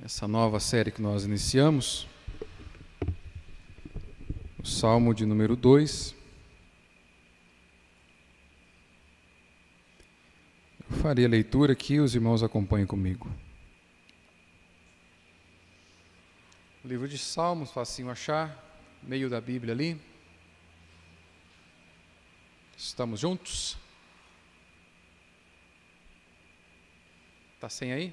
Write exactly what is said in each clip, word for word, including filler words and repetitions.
essa nova série que nós iniciamos, o Salmo de número dois. Eu farei a leitura aqui, os irmãos acompanhem comigo. O livro de Salmos, facinho achar, meio da Bíblia ali. Estamos juntos? Está sem aí?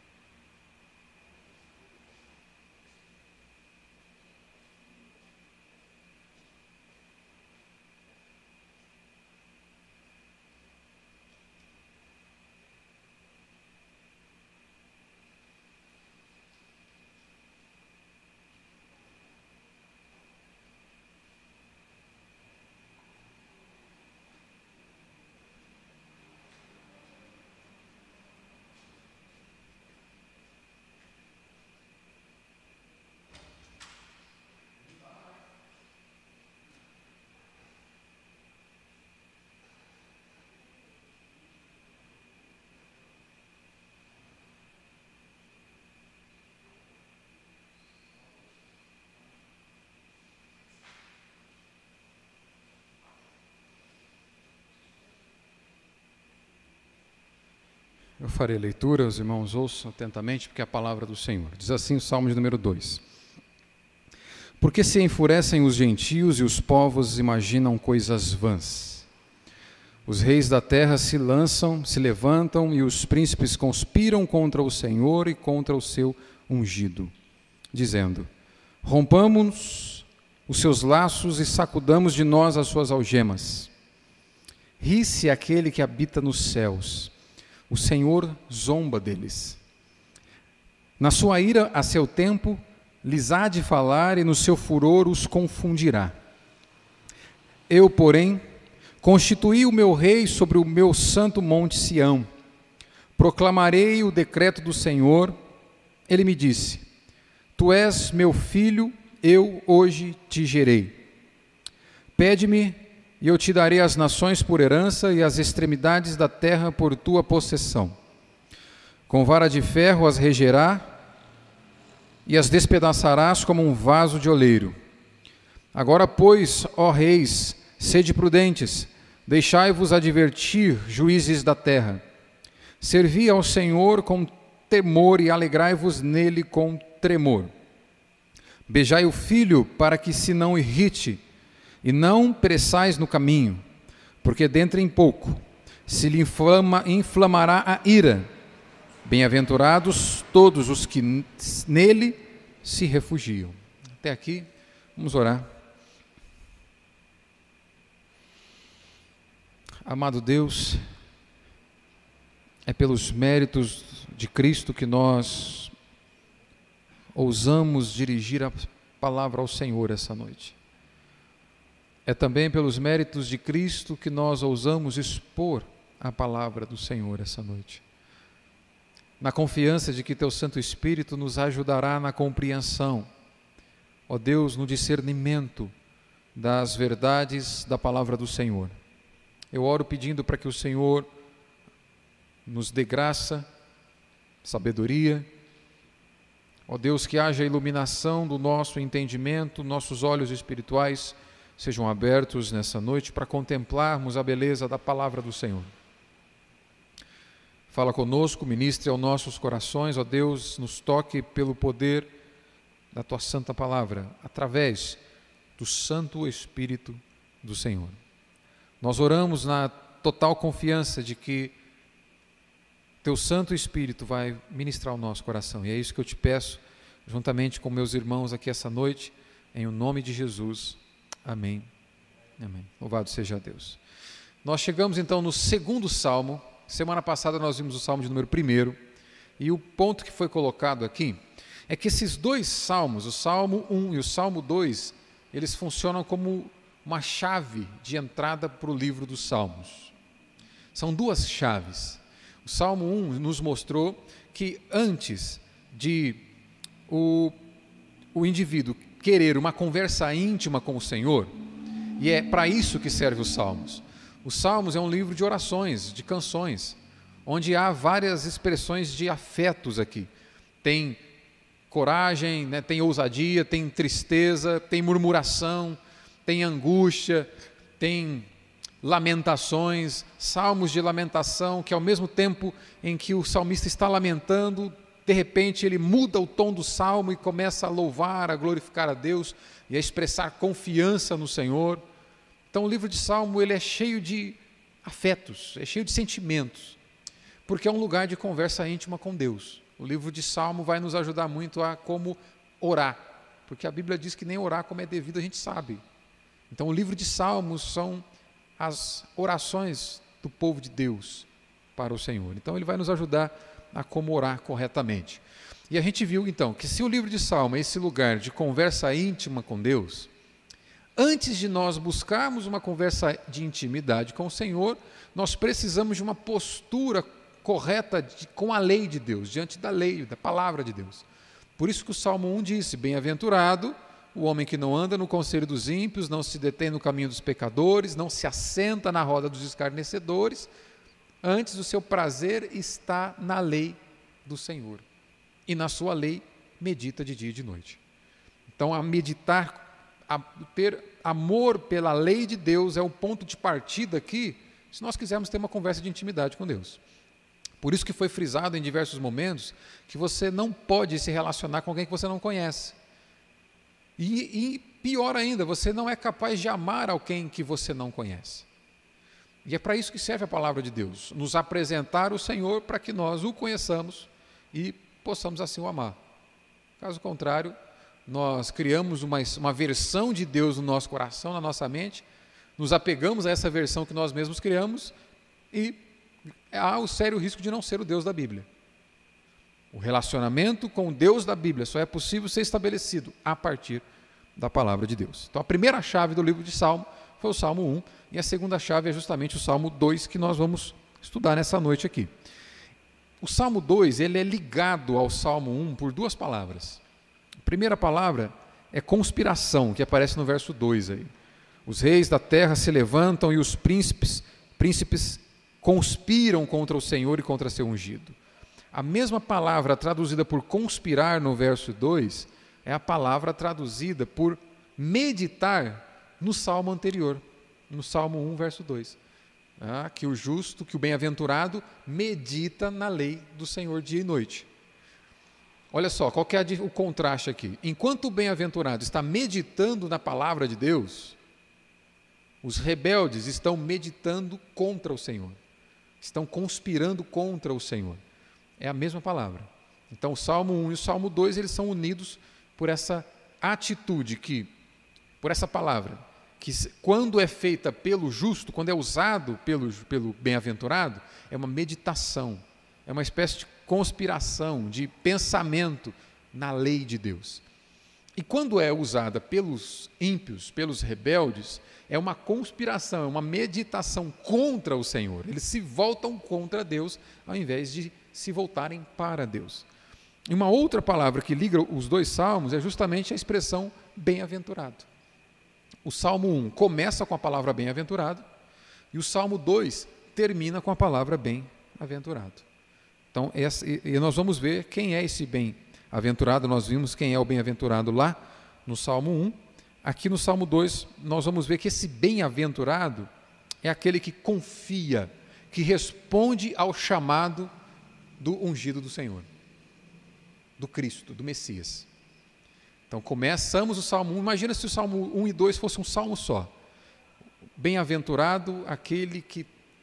Eu farei a leitura, os irmãos ouçam atentamente, porque é a palavra do Senhor. Diz assim o Salmo de número dois. Porque se enfurecem os gentios e os povos imaginam coisas vãs. Os reis da terra se lançam, se levantam, e os príncipes conspiram contra o Senhor e contra o seu ungido, dizendo: rompamos os seus laços e sacudamos de nós as suas algemas. Ri-se aquele que habita nos céus. O Senhor zomba deles. Na sua ira, a seu tempo, lhes há de falar, e no seu furor os confundirá. Eu, porém, constituí o meu rei sobre o meu santo monte Sião. Proclamarei o decreto do Senhor. Ele me disse: tu és meu filho, eu hoje te gerei. Pede-me, e eu te darei as nações por herança e as extremidades da terra por tua possessão. Com vara de ferro as regerá e as despedaçarás como um vaso de oleiro. Agora, pois, ó reis, sede prudentes, deixai-vos advertir, juízes da terra. Servi ao Senhor com temor e alegrai-vos nele com tremor. Beijai o filho para que se não irrite, e não pereçais no caminho, porque dentro em pouco se lhe inflama, inflamará a ira. Bem-aventurados todos os que nele se refugiam. Até aqui, vamos orar. Amado Deus, é pelos méritos de Cristo que nós ousamos dirigir a palavra ao Senhor essa noite. É também pelos méritos de Cristo que nós ousamos expor a palavra do Senhor essa noite, na confiança de que Teu Santo Espírito nos ajudará na compreensão, ó Deus, no discernimento das verdades da palavra do Senhor. Eu oro pedindo para que o Senhor nos dê graça, sabedoria, ó Deus, que haja iluminação do nosso entendimento, nossos olhos espirituais sejam abertos nessa noite para contemplarmos a beleza da palavra do Senhor. Fala conosco, ministre aos nossos corações, ó Deus, nos toque pelo poder da Tua santa palavra, através do Santo Espírito do Senhor. Nós oramos na total confiança de que Teu Santo Espírito vai ministrar o nosso coração, e é isso que eu te peço, juntamente com meus irmãos aqui essa noite, em o nome de Jesus. Amém. Amém. Louvado seja Deus. Nós chegamos então no segundo salmo. Semana passada nós vimos o salmo de número primeiro. E o ponto que foi colocado aqui é que esses dois salmos, o salmo um e o salmo dois, eles funcionam como uma chave de entrada para o livro dos salmos. São duas chaves. O salmo um nos mostrou que antes de o, o indivíduo querer uma conversa íntima com o Senhor, e é para isso que serve os Salmos. Os Salmos é um livro de orações, de canções, onde há várias expressões de afetos aqui. Tem coragem, né? Tem ousadia, tem tristeza, tem murmuração, tem angústia, tem lamentações, salmos de lamentação, que ao mesmo tempo em que o salmista está lamentando, de repente ele muda o tom do salmo e começa a louvar, a glorificar a Deus e a expressar confiança no Senhor. Então o livro de Salmo ele é cheio de afetos, é cheio de sentimentos, porque é um lugar de conversa íntima com Deus. O livro de Salmo vai nos ajudar muito a como orar, porque a Bíblia diz que nem orar como é devido a gente sabe. Então o livro de Salmos são as orações do povo de Deus para o Senhor. Então ele vai nos ajudar a como orar corretamente. E a gente viu então que se o livro de Salmo é esse lugar de conversa íntima com Deus, antes de nós buscarmos uma conversa de intimidade com o Senhor, nós precisamos de uma postura correta de, com a lei de Deus, diante da lei, da palavra de Deus. Por isso que o Salmo um disse: bem-aventurado o homem que não anda no conselho dos ímpios, não se detém no caminho dos pecadores, não se assenta na roda dos escarnecedores, antes o seu prazer está na lei do Senhor, e na sua lei medita de dia e de noite. Então, a meditar, a ter amor pela lei de Deus é o ponto de partida aqui, se nós quisermos ter uma conversa de intimidade com Deus. Por isso que foi frisado em diversos momentos que você não pode se relacionar com alguém que você não conhece. E, e pior ainda, você não é capaz de amar alguém que você não conhece. E é para isso que serve a palavra de Deus, nos apresentar o Senhor para que nós o conheçamos e possamos assim o amar. Caso contrário, nós criamos uma, uma versão de Deus no nosso coração, na nossa mente, nos apegamos a essa versão que nós mesmos criamos e há o sério risco de não ser o Deus da Bíblia. O relacionamento com o Deus da Bíblia só é possível ser estabelecido a partir da palavra de Deus. Então a primeira chave do livro de Salmo foi o Salmo um, e a segunda chave é justamente o Salmo dois, que nós vamos estudar nessa noite aqui. O Salmo dois, ele é ligado ao Salmo um por duas palavras. A primeira palavra é conspiração, que aparece no verso dois aí. Os reis da terra se levantam e os príncipes, príncipes conspiram contra o Senhor e contra seu ungido. A mesma palavra traduzida por conspirar no verso dois é a palavra traduzida por meditar no salmo anterior, no Salmo um, verso dois. Ah, que o justo, que o bem-aventurado medita na lei do Senhor dia e noite. Olha só, qual que é o contraste aqui? Enquanto o bem-aventurado está meditando na palavra de Deus, os rebeldes estão meditando contra o Senhor, estão conspirando contra o Senhor. É a mesma palavra. Então o Salmo um e o Salmo dois, eles são unidos por essa atitude, que, por essa palavra, que quando é feita pelo justo, quando é usado pelo, pelo bem-aventurado, é uma meditação, é uma espécie de conspiração, de pensamento na lei de Deus. E quando é usada pelos ímpios, pelos rebeldes, é uma conspiração, é uma meditação contra o Senhor. Eles se voltam contra Deus, ao invés de se voltarem para Deus. E uma outra palavra que liga os dois salmos é justamente a expressão bem-aventurado. O Salmo um começa com a palavra bem-aventurado e o Salmo dois termina com a palavra bem-aventurado. Então, essa, e nós vamos ver quem é esse bem-aventurado. Nós vimos quem é o bem-aventurado lá no Salmo um. Aqui no Salmo dois, nós vamos ver que esse bem-aventurado é aquele que confia, que responde ao chamado do ungido do Senhor, do Cristo, do Messias. Então começamos o Salmo um, imagina se o Salmo um e dois fosse um salmo só. Bem-aventurado aquele que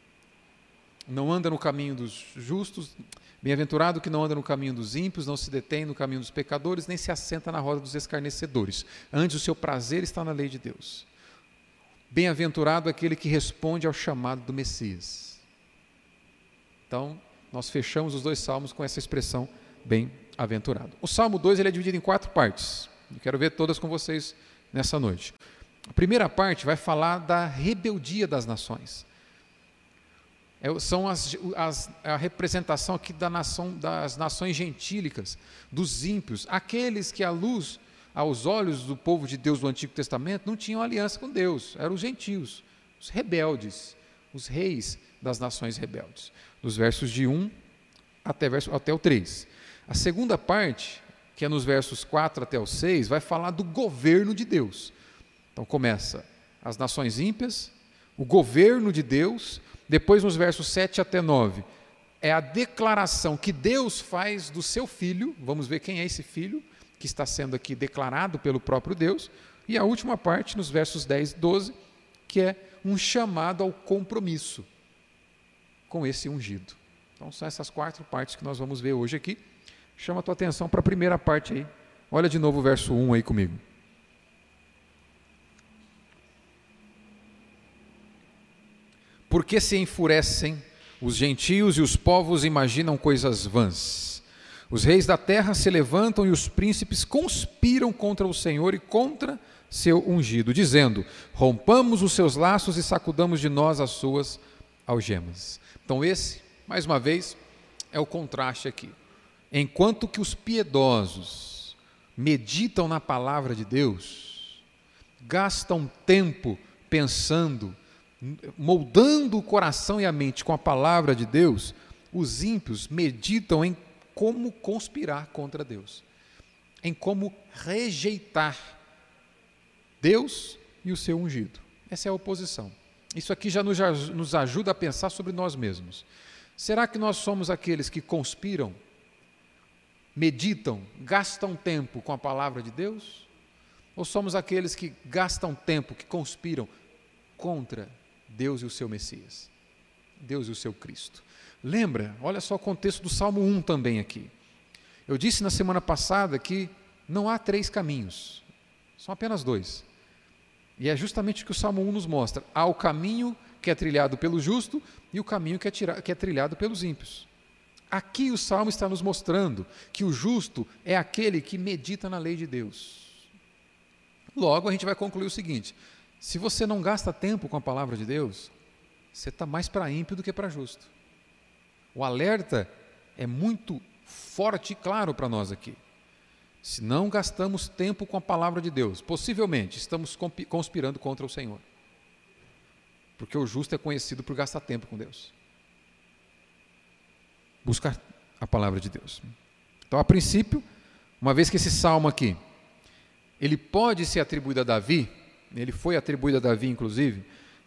não anda no caminho dos justos, bem-aventurado que não anda no caminho dos ímpios, não se detém no caminho dos pecadores, nem se assenta na roda dos escarnecedores. Antes o seu prazer está na lei de Deus. Bem-aventurado aquele que responde ao chamado do Messias. Então, nós fechamos os dois salmos com essa expressão bem-aventurado. O Salmo dois ele é dividido em quatro partes. Eu quero ver todas com vocês nessa noite. A primeira parte vai falar da rebeldia das nações. É, são as, as, a representação aqui da nação, das nações gentílicas, dos ímpios, aqueles que à luz, aos olhos do povo de Deus do Antigo Testamento, não tinham aliança com Deus, eram os gentios, os rebeldes, os reis das nações rebeldes. Dos versos de um até, verso, até o três. A segunda parte que é nos versos quatro até o seis, vai falar do governo de Deus. Então começa as nações ímpias, o governo de Deus, depois nos versos sete até nove, é a declaração que Deus faz do seu filho, vamos ver quem é esse filho, que está sendo aqui declarado pelo próprio Deus, e a última parte, nos versos dez e doze, que é um chamado ao compromisso com esse ungido. Então são essas quatro partes que nós vamos ver hoje aqui. Chama a tua atenção para a primeira parte aí. Olha de novo o verso um aí comigo. Porque se enfurecem os gentios e os povos imaginam coisas vãs. Os reis da terra se levantam e os príncipes conspiram contra o Senhor e contra seu ungido, dizendo: rompamos os seus laços e sacudamos de nós as suas algemas. Então esse, mais uma vez, é o contraste aqui. Enquanto que os piedosos meditam na palavra de Deus, gastam tempo pensando, moldando o coração e a mente com a palavra de Deus, os ímpios meditam em como conspirar contra Deus, em como rejeitar Deus e o seu ungido. Essa é a oposição. Isso aqui já nos, nos ajuda a pensar sobre nós mesmos. Será que nós somos aqueles que conspiram, meditam, gastam tempo com a palavra de Deus? Ou somos aqueles que gastam tempo, que conspiram contra Deus e o seu Messias, Deus e o seu Cristo? Lembra, olha só o contexto do Salmo um também aqui. Eu disse na semana passada que não há três caminhos, são apenas dois. E é justamente o que o Salmo um nos mostra. Há o caminho que é trilhado pelo justo e o caminho que é, tira, que é trilhado pelos ímpios. Aqui o Salmo está nos mostrando que o justo é aquele que medita na lei de Deus. Logo, a gente vai concluir o seguinte: se você não gasta tempo com a palavra de Deus, você está mais para ímpio do que para justo. O alerta é muito forte e claro para nós aqui. Se não gastamos tempo com a palavra de Deus, possivelmente estamos conspirando contra o Senhor. Porque o justo é conhecido por gastar tempo com Deus. Buscar a palavra de Deus. Então, a princípio, uma vez que esse salmo aqui, ele pode ser atribuído a Davi, ele foi atribuído a Davi, inclusive,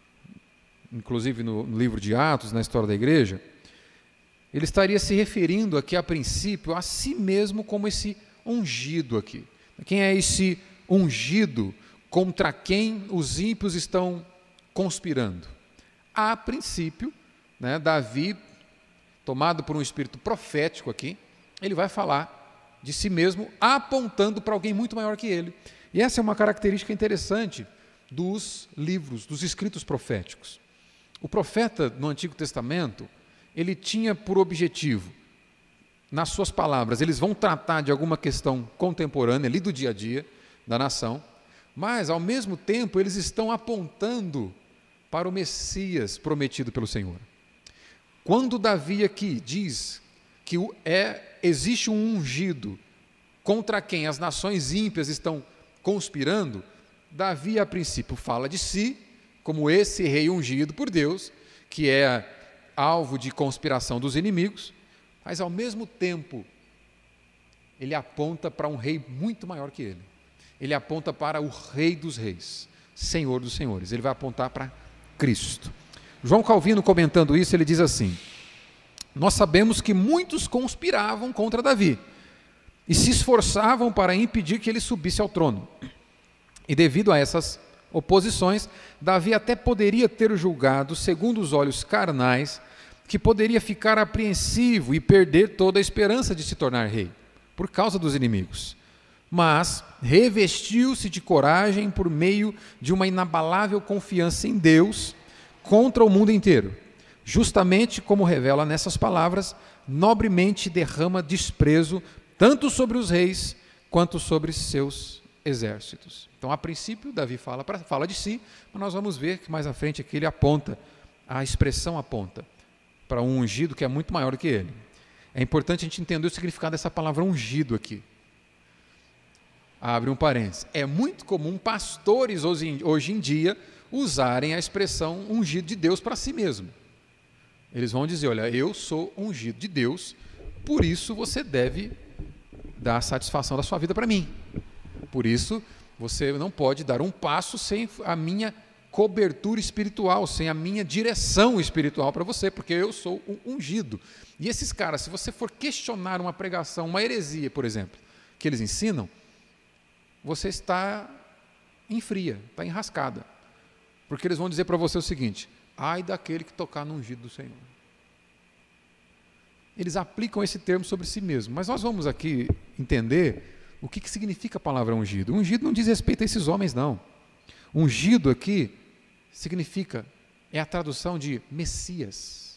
inclusive no, no livro de Atos, na história da igreja, ele estaria se referindo aqui, a princípio, a si mesmo como esse ungido aqui. Quem é esse ungido contra quem os ímpios estão conspirando? A princípio, né, Davi, tomado por um espírito profético aqui, ele vai falar de si mesmo apontando para alguém muito maior que ele. E essa é uma característica interessante dos livros, dos escritos proféticos. O profeta no Antigo Testamento, ele tinha por objetivo, nas suas palavras, eles vão tratar de alguma questão contemporânea, ali do dia a dia da nação, mas, ao mesmo tempo, eles estão apontando para o Messias prometido pelo Senhor. Quando Davi aqui diz que é, existe um ungido contra quem as nações ímpias estão conspirando, Davi, a princípio, fala de si como esse rei ungido por Deus, que é alvo de conspiração dos inimigos, mas, ao mesmo tempo, ele aponta para um rei muito maior que ele. Ele aponta para o Rei dos Reis, Senhor dos Senhores. Ele vai apontar para Cristo. João Calvino, comentando isso, ele diz assim: nós sabemos que muitos conspiravam contra Davi e se esforçavam para impedir que ele subisse ao trono. E devido a essas oposições, Davi até poderia ter julgado, segundo os olhos carnais, que poderia ficar apreensivo e perder toda a esperança de se tornar rei, por causa dos inimigos. Mas revestiu-se de coragem por meio de uma inabalável confiança em Deus contra o mundo inteiro. Justamente como revela nessas palavras, nobremente derrama desprezo tanto sobre os reis quanto sobre seus exércitos. Então, a princípio, Davi fala, fala de si, mas nós vamos ver que mais à frente aqui ele aponta, a expressão aponta para um ungido que é muito maior do que ele. É importante a gente entender o significado dessa palavra ungido aqui. Abre um parênteses. É muito comum pastores hoje, hoje em dia usarem a expressão ungido de Deus para si mesmo. Eles vão dizer: olha, eu sou ungido de Deus, por isso você deve da satisfação da sua vida para mim. Por isso, você não pode dar um passo sem a minha cobertura espiritual, sem a minha direção espiritual para você, porque eu sou um ungido. E esses caras, se você for questionar uma pregação, uma heresia, por exemplo, que eles ensinam, você está em fria, está enrascada. Porque eles vão dizer para você o seguinte: ai daquele que tocar no ungido do Senhor. Eles aplicam esse termo sobre si mesmos, mas nós vamos aqui entender o que, que significa a palavra ungido. Ungido não diz respeito a esses homens, não. Ungido aqui significa, é a tradução de Messias,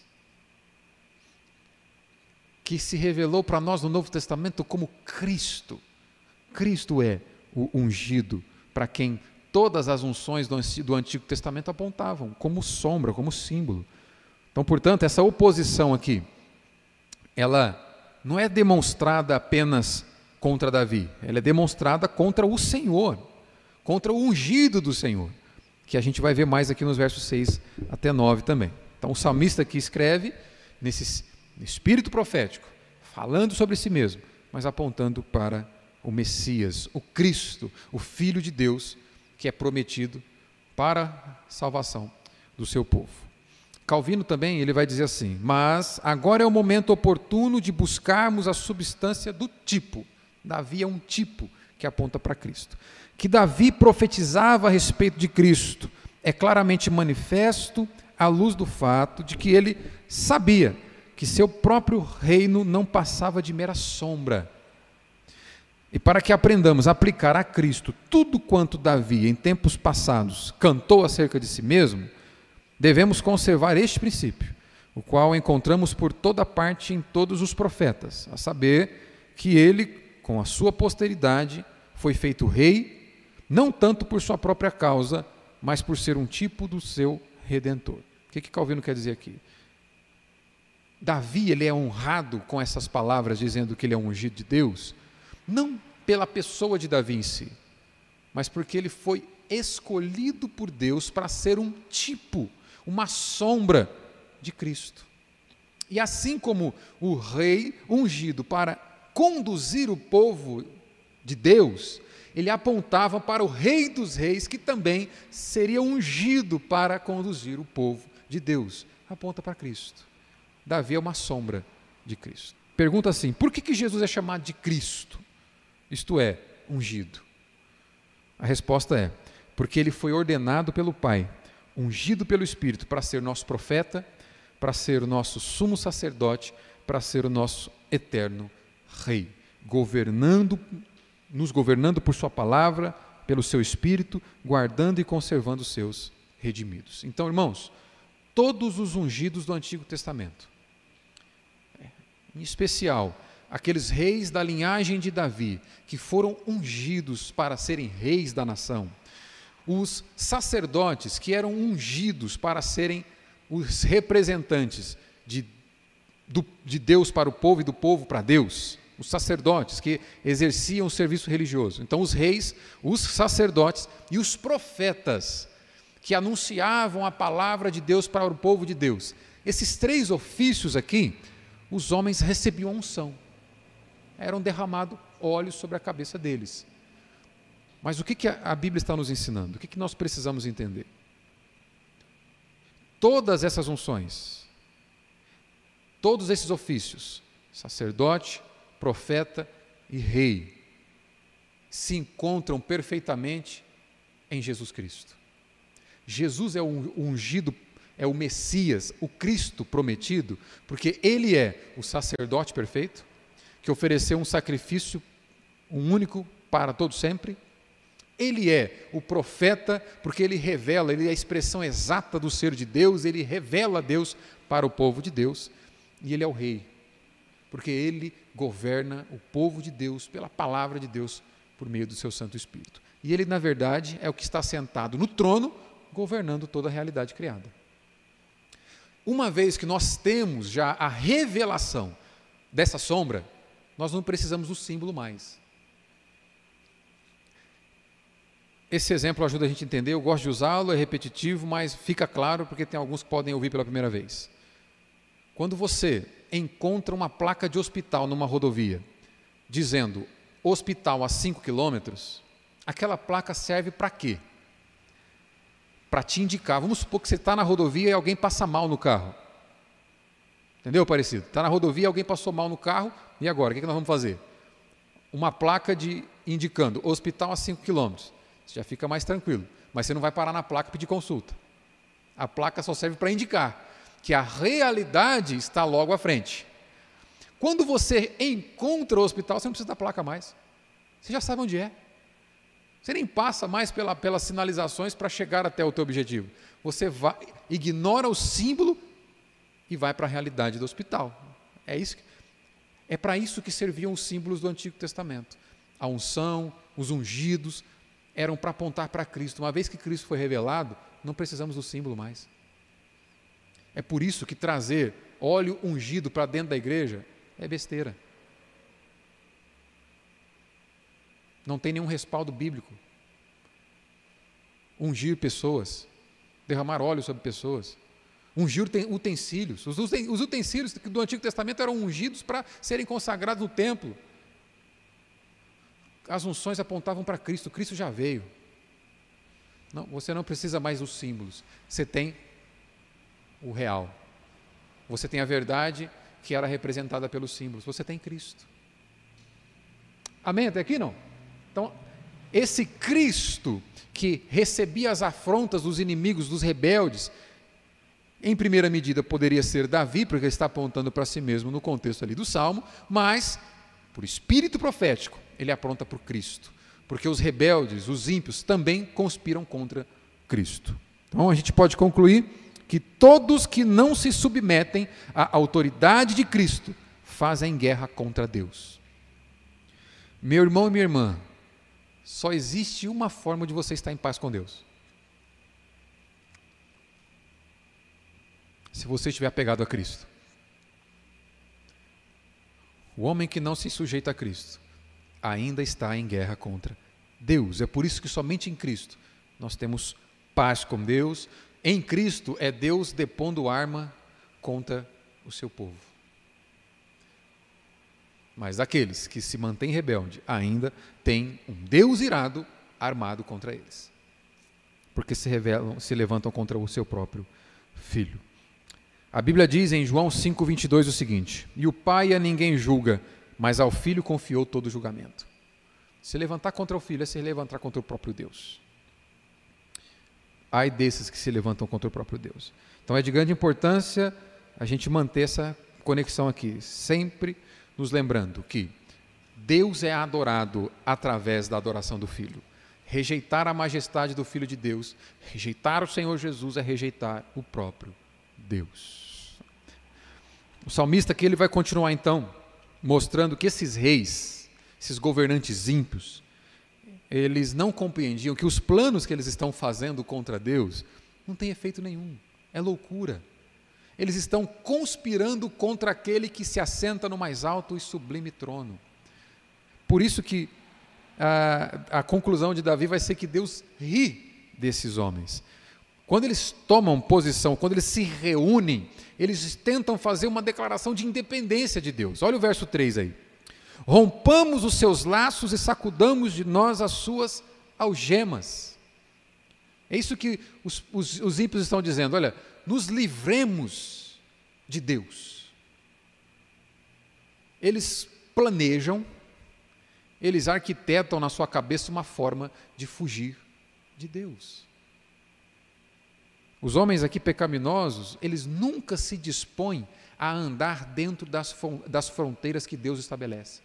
que se revelou para nós no Novo Testamento como Cristo. Cristo é o ungido, para quem todas as unções do Antigo Testamento apontavam, como sombra, como símbolo. Então, portanto, essa oposição aqui, ela não é demonstrada apenas contra Davi, ela é demonstrada contra o Senhor, contra o ungido do Senhor, que a gente vai ver mais aqui nos versos seis até nove também. Então o salmista aqui escreve nesse espírito profético, falando sobre si mesmo, mas apontando para o Messias, o Cristo, o Filho de Deus, que é prometido para a salvação do seu povo. Calvino também, ele vai dizer assim: mas agora é o momento oportuno de buscarmos a substância do tipo. Davi é um tipo que aponta para Cristo. Que Davi profetizava a respeito de Cristo é claramente manifesto à luz do fato de que ele sabia que seu próprio reino não passava de mera sombra. E para que aprendamos a aplicar a Cristo tudo quanto Davi, em tempos passados, cantou acerca de si mesmo, devemos conservar este princípio, o qual encontramos por toda parte em todos os profetas, a saber que ele, com a sua posteridade, foi feito rei, não tanto por sua própria causa, mas por ser um tipo do seu Redentor. O que que Calvino quer dizer aqui? Davi, ele é honrado com essas palavras, dizendo que ele é um ungido de Deus, não pela pessoa de Davi em si, mas porque ele foi escolhido por Deus para ser um tipo, uma sombra de Cristo. E assim como o rei ungido para conduzir o povo de Deus, ele apontava para o Rei dos Reis, que também seria ungido para conduzir o povo de Deus. Aponta para Cristo. Davi é uma sombra de Cristo. Pergunta assim: por que que Jesus é chamado de Cristo? Isto é, ungido. A resposta é: porque ele foi ordenado pelo Pai, ungido pelo Espírito, para ser nosso profeta, para ser o nosso sumo sacerdote, para ser o nosso eterno Rei, governando, nos governando por sua palavra, pelo seu Espírito, guardando e conservando os seus redimidos. Então, irmãos, todos os ungidos do Antigo Testamento, em especial aqueles reis da linhagem de Davi, que foram ungidos para serem reis da nação, os sacerdotes que eram ungidos para serem os representantes de, do, de Deus para o povo e do povo para Deus, os sacerdotes que exerciam o serviço religioso. Então os reis, os sacerdotes e os profetas que anunciavam a palavra de Deus para o povo de Deus. Esses três ofícios aqui, os homens recebiam a unção. Eram derramados óleos sobre a cabeça deles. Mas o que que a Bíblia está nos ensinando? O que que nós precisamos entender? Todas essas unções, todos esses ofícios, sacerdote, profeta e rei, se encontram perfeitamente em Jesus Cristo. Jesus é o ungido, é o Messias, o Cristo prometido, porque ele é o sacerdote perfeito, que ofereceu um sacrifício, um único para todo sempre. Ele é o profeta, porque ele revela, ele é a expressão exata do ser de Deus, ele revela Deus para o povo de Deus, e ele é o rei, porque ele governa o povo de Deus pela palavra de Deus, por meio do seu Santo Espírito. E ele, na verdade, é o que está sentado no trono, governando toda a realidade criada. Uma vez que nós temos já a revelação dessa sombra, nós não precisamos do símbolo mais. Esse exemplo ajuda a gente a entender, eu gosto de usá-lo, é repetitivo, mas fica claro porque tem alguns que podem ouvir pela primeira vez. Quando você encontra uma placa de hospital numa rodovia, dizendo hospital a cinco quilômetros, aquela placa serve para quê? Para te indicar. Vamos supor que você está na rodovia e alguém passa mal no carro. Entendeu, Aparecido? Está na rodovia, alguém passou mal no carro, e agora? O que, que nós vamos fazer? Uma placa de, indicando hospital a cinco quilômetros. Você já fica mais tranquilo. Mas você não vai parar na placa e pedir consulta. A placa só serve para indicar que a realidade está logo à frente. Quando você encontra o hospital, você não precisa da placa mais. Você já sabe onde é. Você nem passa mais pela, pelas sinalizações para chegar até o teu objetivo. Você vai, ignora o símbolo e vai para a realidade do hospital. É isso. É para isso que serviam os símbolos do Antigo Testamento. A unção, os ungidos, eram para apontar para Cristo. Uma vez que Cristo foi revelado, não precisamos do símbolo mais. É por isso que trazer óleo ungido para dentro da igreja é besteira. Não tem nenhum respaldo bíblico. Ungir pessoas, derramar óleo sobre pessoas, ungir utensílios. Os utensílios do Antigo Testamento eram ungidos para serem consagrados no templo. As unções apontavam para Cristo. Cristo já veio. Não, você não precisa mais dos símbolos. Você tem o real. Você tem a verdade que era representada pelos símbolos. Você tem Cristo. Amém? Até aqui não? Então, esse Cristo que recebia as afrontas dos inimigos, dos rebeldes, em primeira medida poderia ser Davi, porque ele está apontando para si mesmo no contexto ali do Salmo, mas, por espírito profético, ele aponta para o Cristo, porque os rebeldes, os ímpios, também conspiram contra Cristo. Então, a gente pode concluir que todos que não se submetem à autoridade de Cristo fazem guerra contra Deus. Meu irmão e minha irmã, só existe uma forma de você estar em paz com Deus. Se você estiver apegado a Cristo. O homem que não se sujeita a Cristo ainda está em guerra contra Deus. É por isso que somente em Cristo nós temos paz com Deus. Em Cristo é Deus depondo arma contra o seu povo. Mas aqueles que se mantêm rebelde ainda têm um Deus irado armado contra eles. Porque se, revelam, se levantam contra o seu próprio Filho. A Bíblia diz em João cinco, vinte e dois o seguinte: e o Pai a ninguém julga, mas ao Filho confiou todo o julgamento. Se levantar contra o Filho é se levantar contra o próprio Deus. Ai desses que se levantam contra o próprio Deus. Então é de grande importância a gente manter essa conexão aqui, sempre nos lembrando que Deus é adorado através da adoração do Filho. Rejeitar a majestade do Filho de Deus, rejeitar o Senhor Jesus é rejeitar o próprio Deus. O salmista aqui ele vai continuar então, mostrando que esses reis, esses governantes ímpios, eles não compreendiam que os planos que eles estão fazendo contra Deus não tem efeito nenhum, é loucura. Eles estão conspirando contra aquele que se assenta no mais alto e sublime trono. Por isso que a, a conclusão de Davi vai ser que Deus ri desses homens. Quando eles tomam posição, quando eles se reúnem, eles tentam fazer uma declaração de independência de Deus. Olha o verso três aí. Rompamos os seus laços e sacudamos de nós as suas algemas. É isso que os, os, os ímpios estão dizendo. Olha, nos livremos de Deus. Eles planejam, eles arquitetam na sua cabeça uma forma de fugir de Deus. Os homens aqui pecaminosos, eles nunca se dispõem a andar dentro das, das fronteiras que Deus estabelece.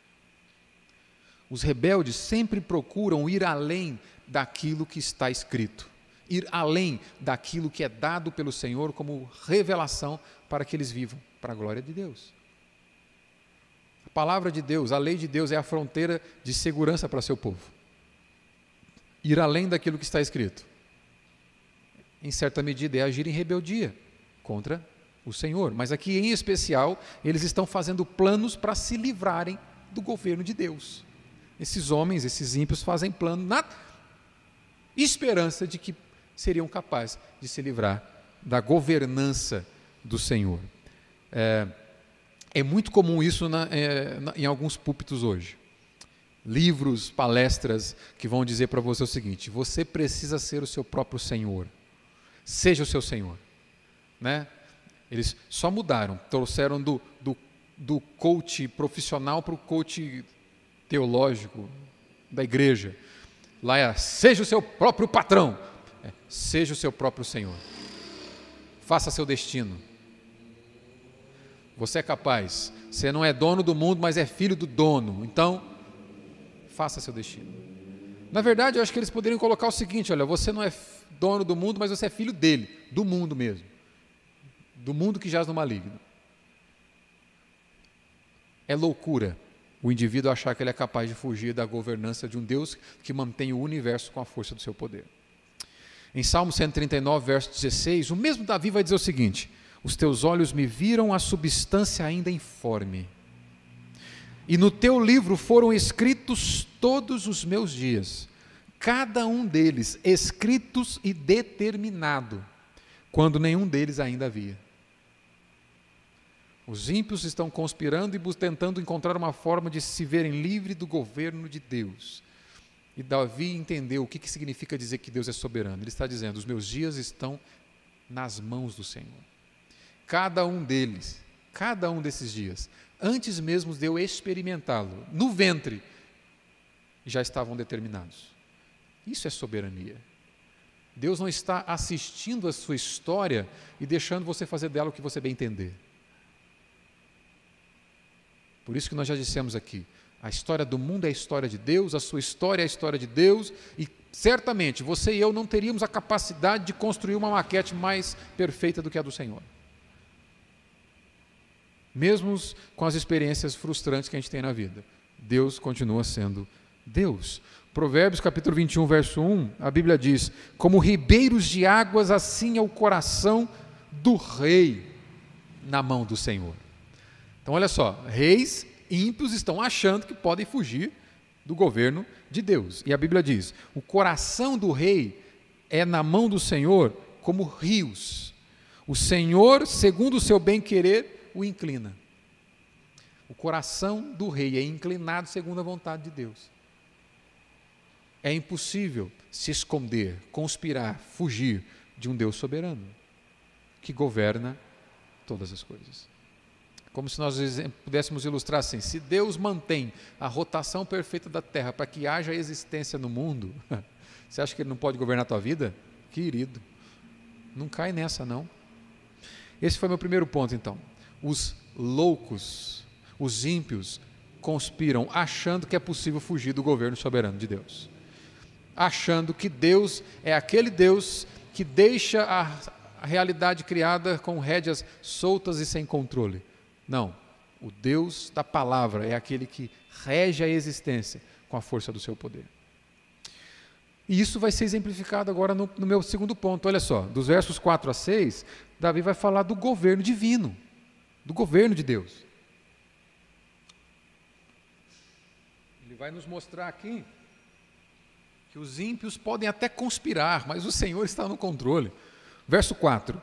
Os rebeldes sempre procuram ir além daquilo que está escrito, ir além daquilo que é dado pelo Senhor como revelação para que eles vivam para a glória de Deus. A palavra de Deus, a lei de Deus é a fronteira de segurança para seu povo. Ir além daquilo que está escrito, em certa medida, é agir em rebeldia contra o Senhor. Mas aqui, em especial, eles estão fazendo planos para se livrarem do governo de Deus. Esses homens, esses ímpios, fazem plano na esperança de que seriam capazes de se livrar da governança do Senhor. É, é muito comum isso na, é, na, em alguns púlpitos hoje. livros, palestras que vão dizer para você o seguinte: você precisa ser o seu próprio Senhor. Seja o seu Senhor. Né? Eles só mudaram, trouxeram do, do, do coach profissional para o coach teológico da igreja. Lá é, seja o seu próprio patrão. É, seja o seu próprio Senhor. Faça seu destino. Você é capaz. Você não é dono do mundo, mas é filho do dono. Então, faça seu destino. Na verdade, eu acho que eles poderiam colocar o seguinte: olha, você não é dono do mundo, mas você é filho dele, do mundo mesmo. Do mundo que jaz no maligno. É loucura o indivíduo achar que ele é capaz de fugir da governança de um Deus que mantém o universo com a força do seu poder. Em Salmo cento e trinta e nove, verso dezesseis, o mesmo Davi vai dizer o seguinte: os teus olhos me viram a substância ainda informe, e no teu livro foram escritos todos os meus dias, cada um deles escritos e determinado, quando nenhum deles ainda havia. Os ímpios estão conspirando e tentando encontrar uma forma de se verem livres do governo de Deus. E Davi entendeu o que, que significa dizer que Deus é soberano. Ele está dizendo: os meus dias estão nas mãos do Senhor. Cada um deles, cada um desses dias, antes mesmo de eu experimentá-lo, no ventre, já estavam determinados. Isso é soberania. Deus não está assistindo a sua história e deixando você fazer dela o que você bem entender. Por isso que nós já dissemos aqui, a história do mundo é a história de Deus, a sua história é a história de Deus, e certamente você e eu não teríamos a capacidade de construir uma maquete mais perfeita do que a do Senhor. Mesmo com as experiências frustrantes que a gente tem na vida, Deus continua sendo Deus. Provérbios capítulo vinte e um, verso um, a Bíblia diz: como ribeiros de águas, assim é o coração do rei na mão do Senhor. Então olha só, reis ímpios estão achando que podem fugir do governo de Deus. E a Bíblia diz: o coração do rei é na mão do Senhor como rios. O Senhor, segundo o seu bem-querer, o inclina. O coração do rei é inclinado segundo a vontade de Deus. É impossível se esconder, conspirar, fugir de um Deus soberano, que governa todas as coisas. Como se nós pudéssemos ilustrar assim: se Deus mantém a rotação perfeita da Terra para que haja existência no mundo, você acha que Ele não pode governar a tua vida? Querido, não cai nessa não. Esse foi meu primeiro ponto então. Os loucos, os ímpios, conspiram achando que é possível fugir do governo soberano de Deus. Achando que Deus é aquele Deus que deixa a, a realidade criada com rédeas soltas e sem controle. Não, o Deus da palavra é aquele que rege a existência com a força do seu poder. E isso vai ser exemplificado agora no, no meu segundo ponto. Olha só, dos versos quatro a seis, Davi vai falar do governo divino, do governo de Deus. Ele vai nos mostrar aqui que os ímpios podem até conspirar, mas o Senhor está no controle. Verso quatro,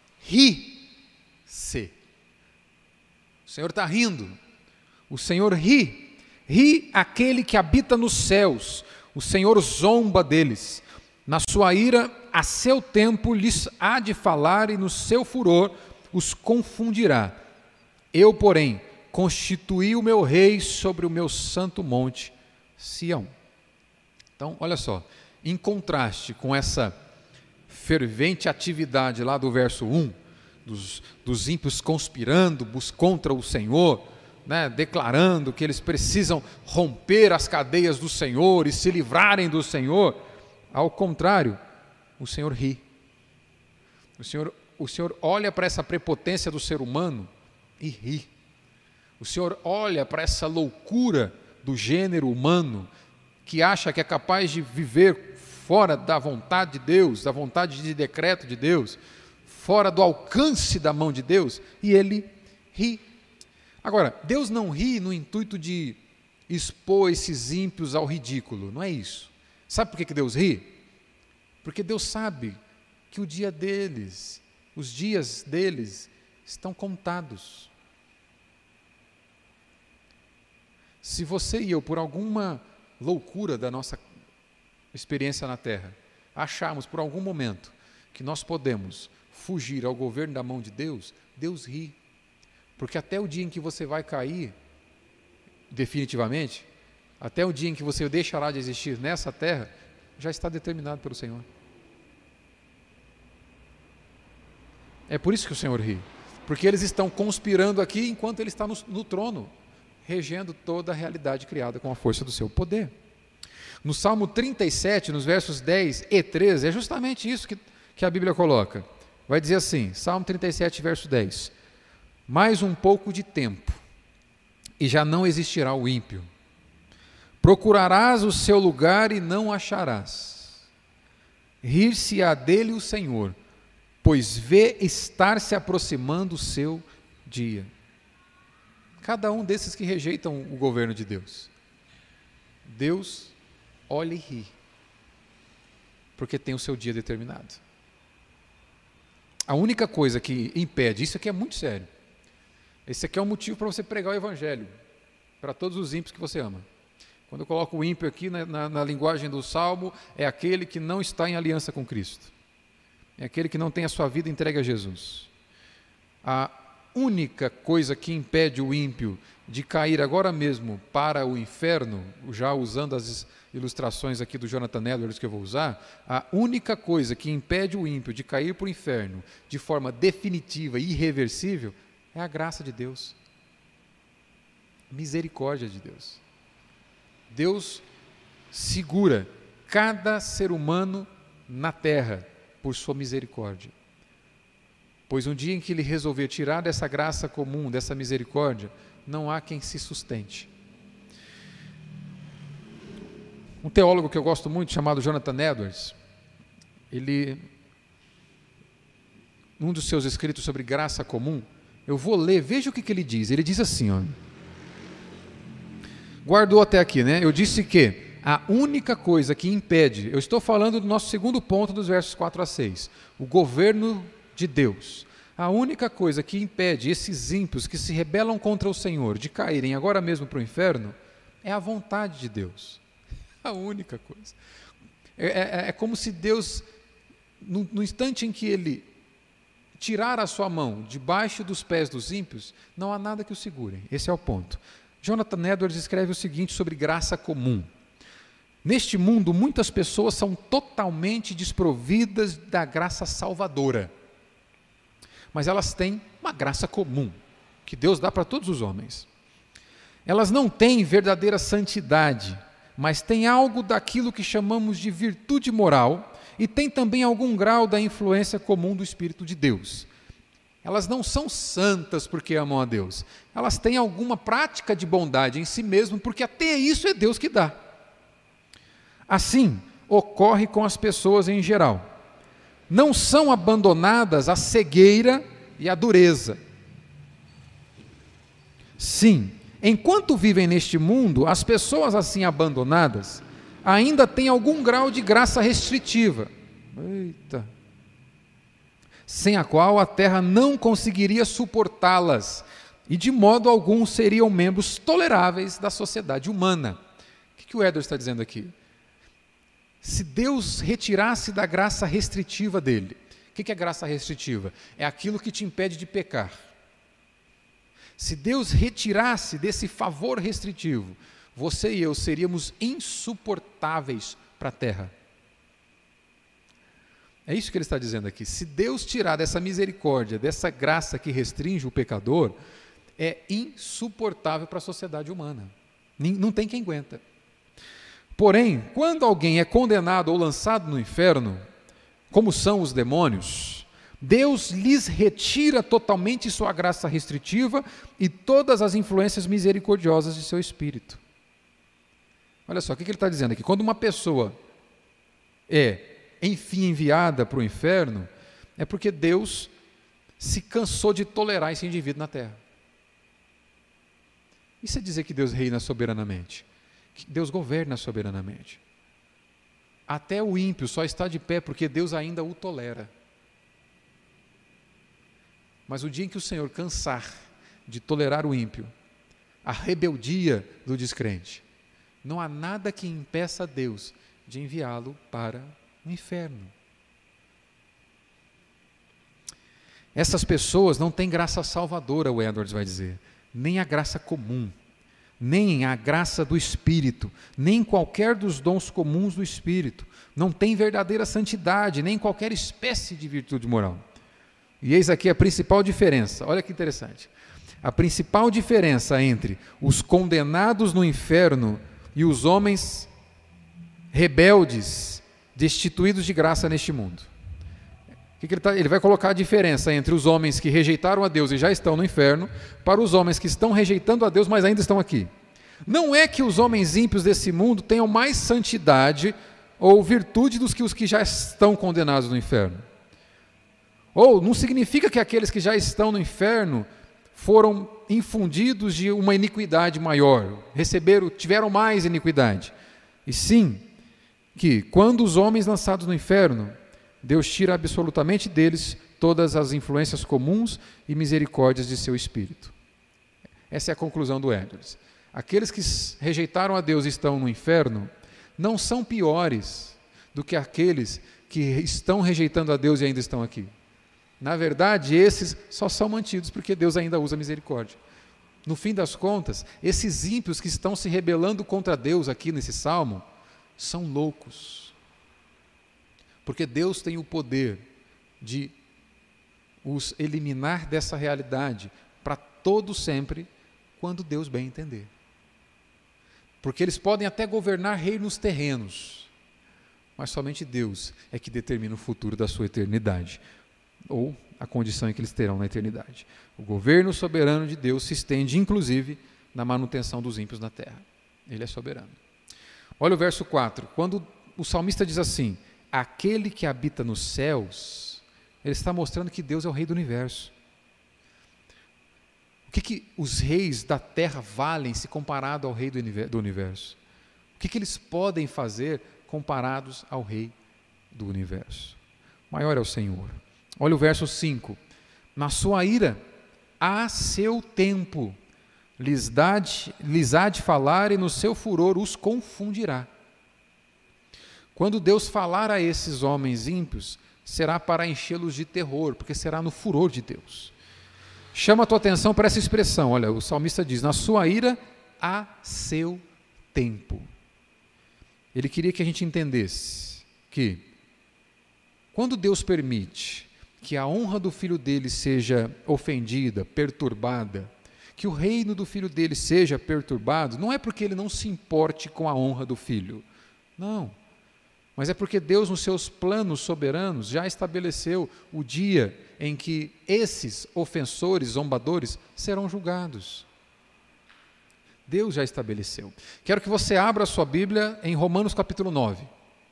ri-se. O Senhor está rindo, o Senhor ri, ri aquele que habita nos céus, o Senhor zomba deles, na sua ira a seu tempo lhes há de falar e no seu furor os confundirá. Eu, porém, constituí o meu rei sobre o meu santo monte, Sião. Então, olha só, em contraste com essa fervente atividade lá do verso um, Dos, dos ímpios conspirando contra o Senhor, né, declarando que eles precisam romper as cadeias do Senhor e se livrarem do Senhor, ao contrário, o Senhor ri. O Senhor, o Senhor olha para essa prepotência do ser humano e ri. O Senhor olha para essa loucura do gênero humano que acha que é capaz de viver fora da vontade de Deus, da vontade de decreto de Deus, fora do alcance da mão de Deus, e ele ri. Agora, Deus não ri no intuito de expor esses ímpios ao ridículo, não é isso. Sabe por que Deus ri? Porque Deus sabe que o dia deles, os dias deles estão contados. Se você e eu, por alguma loucura da nossa experiência na Terra, acharmos por algum momento que nós podemos fugir ao governo da mão de Deus, Deus ri. Porque até o dia em que você vai cair, definitivamente, até o dia em que você deixará de existir nessa terra, já está determinado pelo Senhor. É por isso que o Senhor ri. Porque eles estão conspirando aqui enquanto Ele está no, no trono, regendo toda a realidade criada com a força do seu poder. No Salmo trinta e sete, nos versos dez e treze, é justamente isso que, que a Bíblia coloca. Vai dizer assim, Salmo trinta e sete, verso dez. Mais um pouco de tempo, e já não existirá o ímpio. Procurarás o seu lugar e não acharás. Rir-se-á dele o Senhor, pois vê estar se aproximando o seu dia. Cada um desses que rejeitam o governo de Deus, Deus olha e ri, porque tem o seu dia determinado. A única coisa que impede, isso aqui é muito sério, esse aqui é um motivo para você pregar o Evangelho, para todos os ímpios que você ama. Quando eu coloco o ímpio aqui na, na, na linguagem do Salmo, é aquele que não está em aliança com Cristo, é aquele que não tem a sua vida entregue a Jesus. A única coisa que impede o ímpio de cair agora mesmo para o inferno, já usando as ilustrações aqui do Jonathan Edwards que eu vou usar, a única coisa que impede o ímpio de cair para o inferno de forma definitiva e irreversível é a graça de Deus, misericórdia de Deus. Deus segura cada ser humano na terra por sua misericórdia. Pois um dia em que Ele resolver tirar dessa graça comum, dessa misericórdia, não há quem se sustente. Um teólogo que eu gosto muito, chamado Jonathan Edwards, ele, num dos seus escritos sobre graça comum, eu vou ler, veja o que, que ele diz. Ele diz assim, ó, guardou até aqui, né? Eu disse que a única coisa que impede, eu estou falando do nosso segundo ponto dos versos quatro a seis, o governo de Deus. A única coisa que impede esses ímpios que se rebelam contra o Senhor de caírem agora mesmo para o inferno é a vontade de Deus. A única coisa. É, é, é como se Deus, no, no instante em que Ele tirar a sua mão debaixo dos pés dos ímpios, não há nada que o segurem. Esse é o ponto. Jonathan Edwards escreve o seguinte sobre graça comum. Neste mundo, muitas pessoas são totalmente desprovidas da graça salvadora. Mas elas têm uma graça comum, que Deus dá para todos os homens. Elas não têm verdadeira santidade, mas têm algo daquilo que chamamos de virtude moral e têm também algum grau da influência comum do Espírito de Deus. Elas não são santas porque amam a Deus. Elas têm alguma prática de bondade em si mesmas, porque até isso é Deus que dá. Assim, ocorre com as pessoas em geral. Não são abandonadas à cegueira e à dureza. Sim, enquanto vivem neste mundo, as pessoas assim abandonadas ainda têm algum grau de graça restritiva. Eita! Sem a qual a terra não conseguiria suportá-las e de modo algum seriam membros toleráveis da sociedade humana. O que, que o Edwards está dizendo aqui? Se Deus retirasse da graça restritiva dele, o que, que é graça restritiva? É aquilo que te impede de pecar. Se Deus retirasse desse favor restritivo, você e eu seríamos insuportáveis para a terra. É isso que ele está dizendo aqui. Se Deus tirar dessa misericórdia, dessa graça que restringe o pecador, é insuportável para a sociedade humana. Não tem quem aguenta. Porém, quando alguém é condenado ou lançado no inferno, como são os demônios, Deus lhes retira totalmente sua graça restritiva e todas as influências misericordiosas de seu espírito. Olha só, o que ele está dizendo aqui? Quando uma pessoa é enfim enviada para o inferno, é porque Deus se cansou de tolerar esse indivíduo na terra. Isso é dizer que Deus reina soberanamente, que Deus governa soberanamente. Até o ímpio só está de pé porque Deus ainda o tolera. Mas o dia em que o Senhor cansar de tolerar o ímpio, a rebeldia do descrente. Não há nada que impeça Deus de enviá-lo para o inferno. Essas pessoas não têm graça salvadora, o Edwards vai dizer, nem a graça comum, nem a graça do Espírito, nem qualquer dos dons comuns do Espírito. Não tem verdadeira santidade, nem qualquer espécie de virtude moral. E eis aqui a principal diferença, olha que interessante. A principal diferença entre os condenados no inferno e os homens rebeldes, destituídos de graça neste mundo. O que que ele, tá, ele vai colocar a diferença entre os homens que rejeitaram a Deus e já estão no inferno, para os homens que estão rejeitando a Deus, mas ainda estão aqui. Não é que os homens ímpios desse mundo tenham mais santidade ou virtude dos que os que já estão condenados no inferno. Ou não significa que aqueles que já estão no inferno foram infundidos de uma iniquidade maior, receberam, tiveram mais iniquidade. E sim, que quando os homens lançados no inferno, Deus tira absolutamente deles todas as influências comuns e misericórdias de seu Espírito. Essa é a conclusão do Edwards. Aqueles que rejeitaram a Deus e estão no inferno não são piores do que aqueles que estão rejeitando a Deus e ainda estão aqui. Na verdade, esses só são mantidos porque Deus ainda usa misericórdia. No fim das contas, esses ímpios que estão se rebelando contra Deus aqui nesse salmo são loucos. Porque Deus tem o poder de os eliminar dessa realidade para todo sempre, quando Deus bem entender. Porque eles podem até governar reinos terrenos, mas somente Deus é que determina o futuro da sua eternidade, ou a condição em que eles terão na eternidade. O governo soberano de Deus se estende, inclusive, na manutenção dos ímpios na terra. Ele é soberano. Olha o verso quatro. Quando o salmista diz assim, aquele que habita nos céus, ele está mostrando que Deus é o rei do universo. O que, que os reis da terra valem se comparado ao rei do universo? O que, que eles podem fazer comparados ao rei do universo? Maior é o Senhor. Olha o verso cinco. Na sua ira, há seu tempo, lhes, dá de, lhes há de falar e no seu furor os confundirá. Quando Deus falar a esses homens ímpios, será para enchê-los de terror, porque será no furor de Deus. Chama a tua atenção para essa expressão, olha, o salmista diz, na sua ira há seu tempo. Ele queria que a gente entendesse que, quando Deus permite que a honra do filho dele seja ofendida, perturbada, que o reino do filho dele seja perturbado, não é porque ele não se importe com a honra do filho, não, mas é porque Deus, nos seus planos soberanos, já estabeleceu o dia em que esses ofensores, zombadores, serão julgados. Deus já estabeleceu. Quero que você abra a sua Bíblia em Romanos capítulo nove.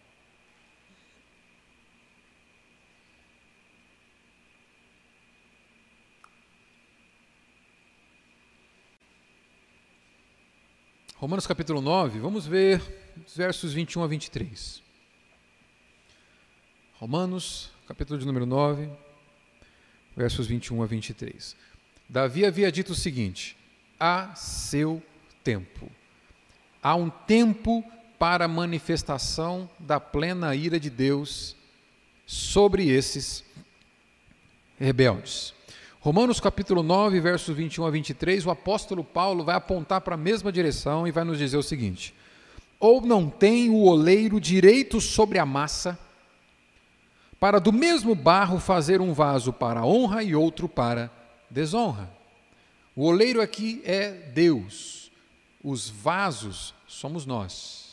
Romanos capítulo nove, vamos ver os versos vinte e um a vinte e três. Romanos, capítulo de número nove, versos vinte e um a vinte e três. Davi havia dito o seguinte, há seu tempo. Há um tempo para a manifestação da plena ira de Deus sobre esses rebeldes. Romanos capítulo nove, versos vinte e um a vinte e três, o apóstolo Paulo vai apontar para a mesma direção e vai nos dizer o seguinte, ou não tem o oleiro direito sobre a massa, para do mesmo barro fazer um vaso para honra e outro para desonra. O oleiro aqui é Deus, os vasos somos nós.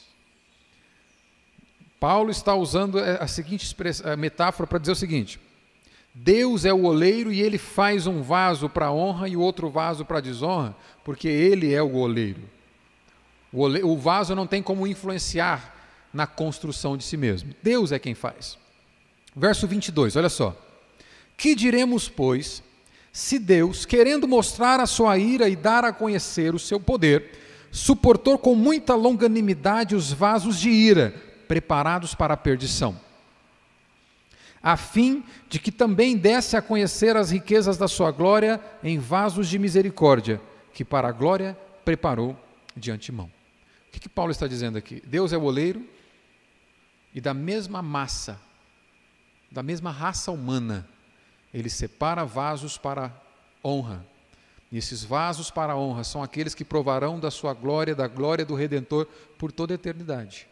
Paulo está usando a seguinte a metáfora para dizer o seguinte, Deus é o oleiro e ele faz um vaso para honra e outro vaso para desonra, porque ele é o oleiro. O, ole, o vaso não tem como influenciar na construção de si mesmo, Deus é quem faz. Verso vinte e dois, olha só. Que diremos, pois, se Deus, querendo mostrar a sua ira e dar a conhecer o seu poder, suportou com muita longanimidade os vasos de ira, preparados para a perdição, a fim de que também desse a conhecer as riquezas da sua glória em vasos de misericórdia, que para a glória preparou de antemão. O que, que Paulo está dizendo aqui? Deus é o oleiro e da mesma massa, da mesma raça humana, Ele separa vasos para honra. E esses vasos para a honra são aqueles que provarão da sua glória, da glória do Redentor por toda a eternidade.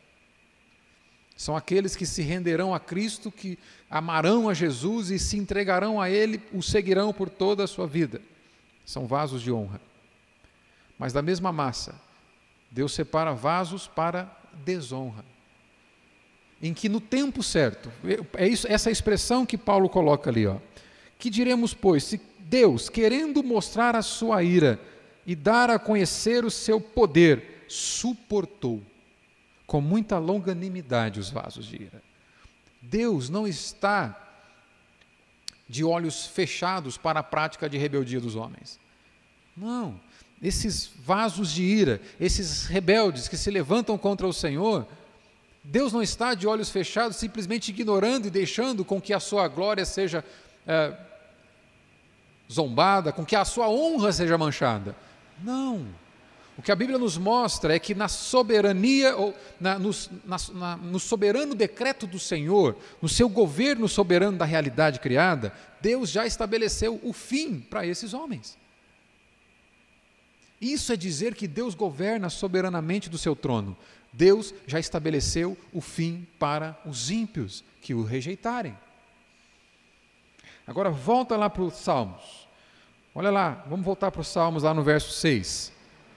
São aqueles que se renderão a Cristo, que amarão a Jesus e se entregarão a Ele, o seguirão por toda a sua vida. São vasos de honra. Mas da mesma massa, Deus separa vasos para desonra. Em que no tempo certo, é isso, essa expressão que Paulo coloca ali, ó. Que diremos, pois, se Deus, querendo mostrar a sua ira e dar a conhecer o seu poder, suportou com muita longanimidade os vasos de ira. Deus não está de olhos fechados para a prática de rebeldia dos homens. Não, esses vasos de ira, esses rebeldes que se levantam contra o Senhor, Deus não está de olhos fechados, simplesmente ignorando e deixando com que a sua glória seja é, zombada, com que a sua honra seja manchada. Não. O que a Bíblia nos mostra é que na soberania, ou na, no, na, na, no soberano decreto do Senhor, no seu governo soberano da realidade criada, Deus já estabeleceu o fim para esses homens. Isso é dizer que Deus governa soberanamente do seu trono. Deus já estabeleceu o fim para os ímpios que o rejeitarem. Agora volta lá para os Salmos. Olha lá, vamos voltar para os Salmos lá no verso seis.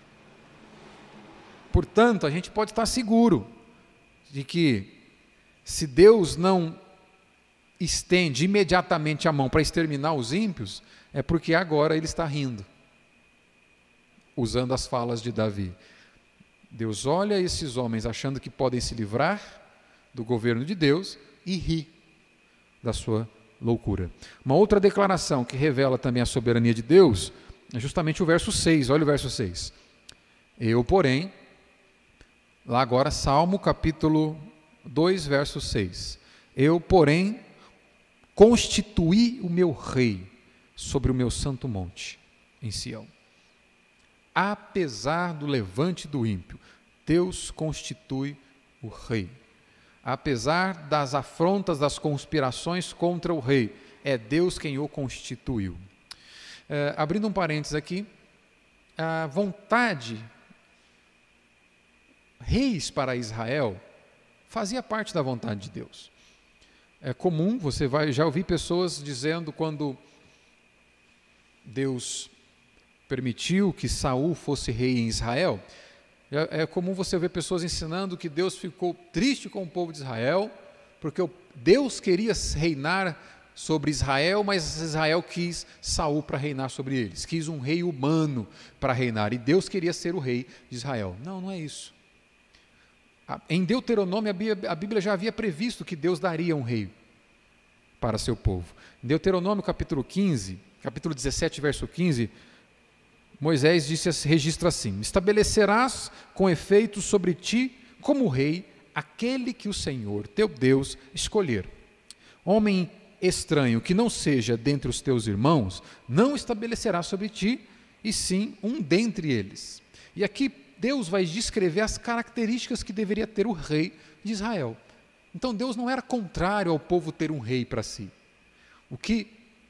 Portanto, a gente pode estar seguro de que se Deus não estende imediatamente a mão para exterminar os ímpios, é porque agora Ele está rindo, usando as falas de Davi. Deus olha esses homens achando que podem se livrar do governo de Deus e ri da sua loucura. Uma outra declaração que revela também a soberania de Deus é justamente o verso seis, olha o verso seis. Eu, porém, lá agora, Salmo capítulo dois, verso seis. Eu, porém, constituí o meu rei sobre o meu santo monte, em Sião. Apesar do levante do ímpio, Deus constitui o rei. Apesar das afrontas, das conspirações contra o rei, é Deus quem o constituiu. É, abrindo um parênteses aqui, a vontade reis para Israel fazia parte da vontade de Deus. É comum, você vai já ouvir pessoas dizendo quando Deus permitiu que Saul fosse rei em Israel, é comum você ver pessoas ensinando que Deus ficou triste com o povo de Israel, porque Deus queria reinar sobre Israel, mas Israel quis Saul para reinar sobre eles, quis um rei humano para reinar, e Deus queria ser o rei de Israel. Não, não é isso. Em Deuteronômio, a Bíblia já havia previsto que Deus daria um rei para seu povo. Em Deuteronômio capítulo quinze, capítulo dezessete, verso quinze, Moisés disse, registra assim: estabelecerás com efeito sobre ti como rei aquele que o Senhor, teu Deus, escolher. Homem estranho que não seja dentre os teus irmãos, não estabelecerá sobre ti, e sim um dentre eles. E aqui Deus vai descrever as características que deveria ter o rei de Israel. Então Deus não era contrário ao povo ter um rei para si. O que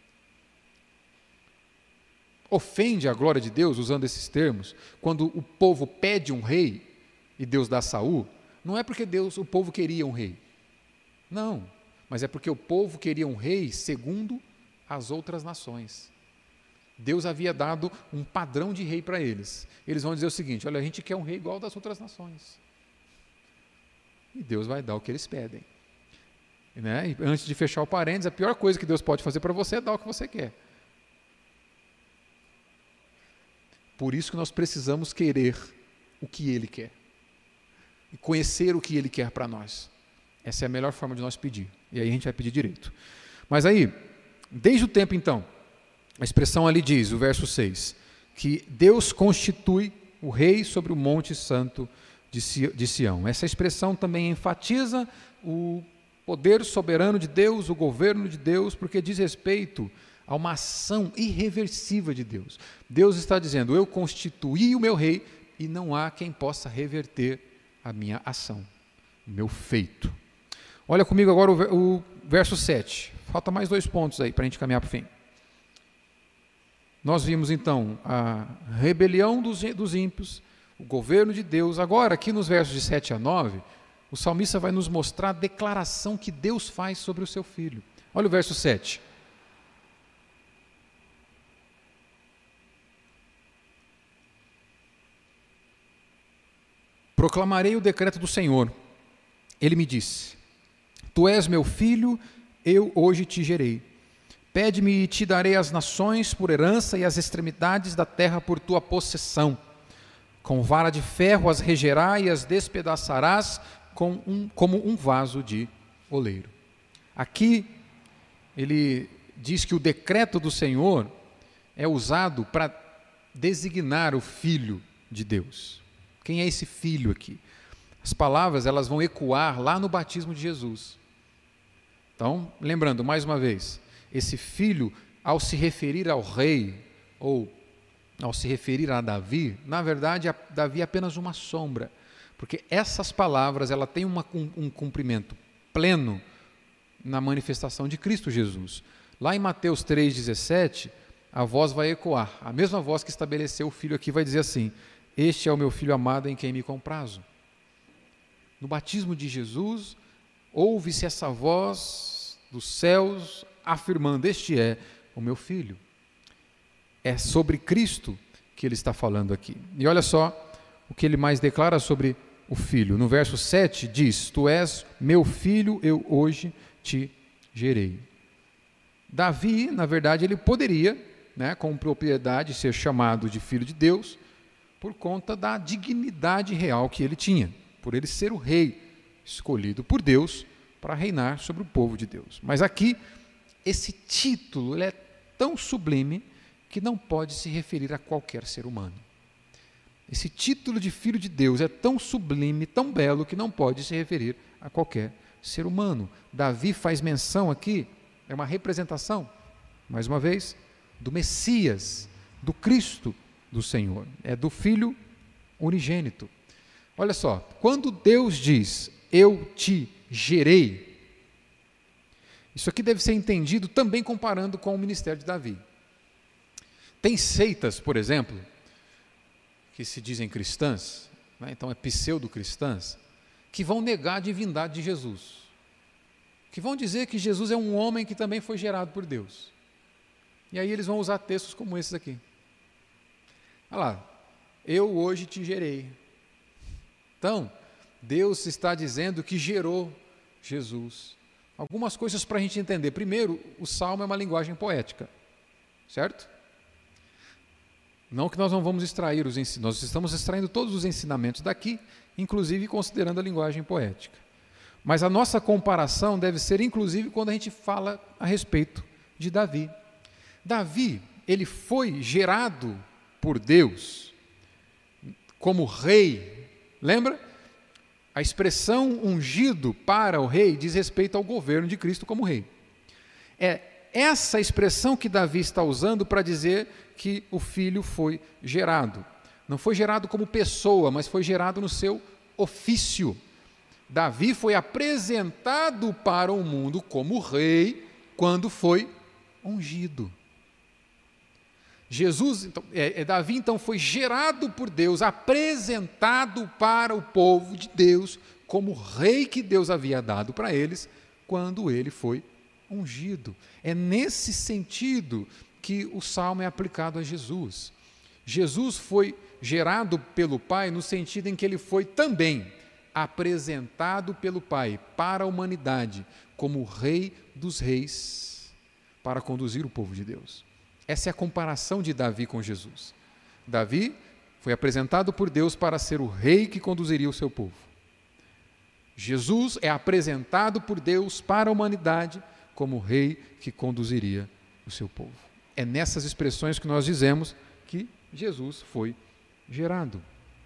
ofende a glória de Deus, usando esses termos, quando o povo pede um rei e Deus dá Saul, não é porque Deus, o povo queria um rei. Não, mas é porque o povo queria um rei segundo as outras nações. Deus havia dado um padrão de rei para eles. Eles vão dizer o seguinte: olha, a gente quer um rei igual das outras nações. E Deus vai dar o que eles pedem. Né? E antes de fechar o parênteses, a pior coisa que Deus pode fazer para você é dar o que você quer. Por isso que nós precisamos querer o que Ele quer. E conhecer o que Ele quer para nós. Essa é a melhor forma de nós pedir. E aí a gente vai pedir direito. Mas aí, desde o tempo então, a expressão ali diz, o verso seis, que Deus constitui o rei sobre o monte santo de Sião. Essa expressão também enfatiza o poder soberano de Deus, o governo de Deus, porque diz respeito a uma ação irreversível de Deus. Deus está dizendo: eu constituí o meu rei e não há quem possa reverter a minha ação, o meu feito. Olha comigo agora o, o verso sete. Falta mais dois pontos aí para a gente caminhar para o fim. Nós vimos então a rebelião dos, dos ímpios, o governo de Deus. Agora, aqui nos versos de sete a nove, o salmista vai nos mostrar a declaração que Deus faz sobre o seu filho. Olha o verso sete. Proclamarei o decreto do Senhor. Ele me disse: Tu és meu filho, eu hoje te gerei. Pede-me e te darei as nações por herança e as extremidades da terra por tua possessão. Com vara de ferro as regerás e as despedaçarás com um, como um vaso de oleiro. Aqui ele diz que o decreto do Senhor é usado para designar o Filho de Deus. Quem é esse filho aqui? As palavras elas vão ecoar lá no batismo de Jesus. Então, lembrando mais uma vez, esse filho, ao se referir ao rei, ou ao se referir a Davi, na verdade, a Davi é apenas uma sombra, porque essas palavras ela têm uma, um, um cumprimento pleno na manifestação de Cristo Jesus. Lá em Mateus três, dezessete, a voz vai ecoar, a mesma voz que estabeleceu o filho aqui vai dizer assim: Este é o meu filho amado em quem me comprazo. No batismo de Jesus, ouve-se essa voz dos céus afirmando: Este é o meu filho. É sobre Cristo que ele está falando aqui. E olha só o que ele mais declara sobre o filho. No verso sete diz: Tu és meu filho, eu hoje te gerei. Davi, na verdade, ele poderia, né, com propriedade, ser chamado de filho de Deus, por conta da dignidade real que ele tinha, por ele ser o rei escolhido por Deus para reinar sobre o povo de Deus. Mas aqui, esse título ele é tão sublime que não pode se referir a qualquer ser humano. Esse título de filho de Deus é tão sublime, tão belo, que não pode se referir a qualquer ser humano. Davi faz menção aqui, é uma representação, mais uma vez, do Messias, do Cristo, do Senhor, é do Filho unigênito. Olha só, quando Deus diz, eu te gerei, isso aqui deve ser entendido também comparando com o ministério de Davi. Tem seitas, por exemplo, que se dizem cristãs, né, então é pseudo-cristãs, que vão negar a divindade de Jesus, que vão dizer que Jesus é um homem que também foi gerado por Deus. E aí eles vão usar textos como esses aqui. Olha lá, eu hoje te gerei. Então, Deus está dizendo que gerou Jesus. Algumas coisas para a gente entender. Primeiro, o Salmo é uma linguagem poética, certo? Não que nós não vamos extrair os ensinos, nós estamos extraindo todos os ensinamentos daqui, inclusive considerando a linguagem poética. Mas a nossa comparação deve ser, inclusive, quando a gente fala a respeito de Davi. Davi, ele foi gerado por Deus como rei. Lembra? A expressão ungido para o rei diz respeito ao governo de Cristo como rei. É essa expressão que Davi está usando para dizer que o filho foi gerado. Não foi gerado como pessoa, mas foi gerado no seu ofício. Davi foi apresentado para o mundo como rei quando foi ungido. Jesus, então, é, é, Davi então foi gerado por Deus, apresentado para o povo de Deus como rei que Deus havia dado para eles quando ele foi ungido. É nesse sentido que o salmo é aplicado a Jesus. Jesus foi gerado pelo Pai no sentido em que ele foi também apresentado pelo Pai para a humanidade como Rei dos Reis para conduzir o povo de Deus. Essa é a comparação de Davi com Jesus. Davi foi apresentado por Deus para ser o rei que conduziria o seu povo. Jesus é apresentado por Deus para a humanidade como o rei que conduziria o seu povo. É nessas expressões que nós dizemos que Jesus foi gerado.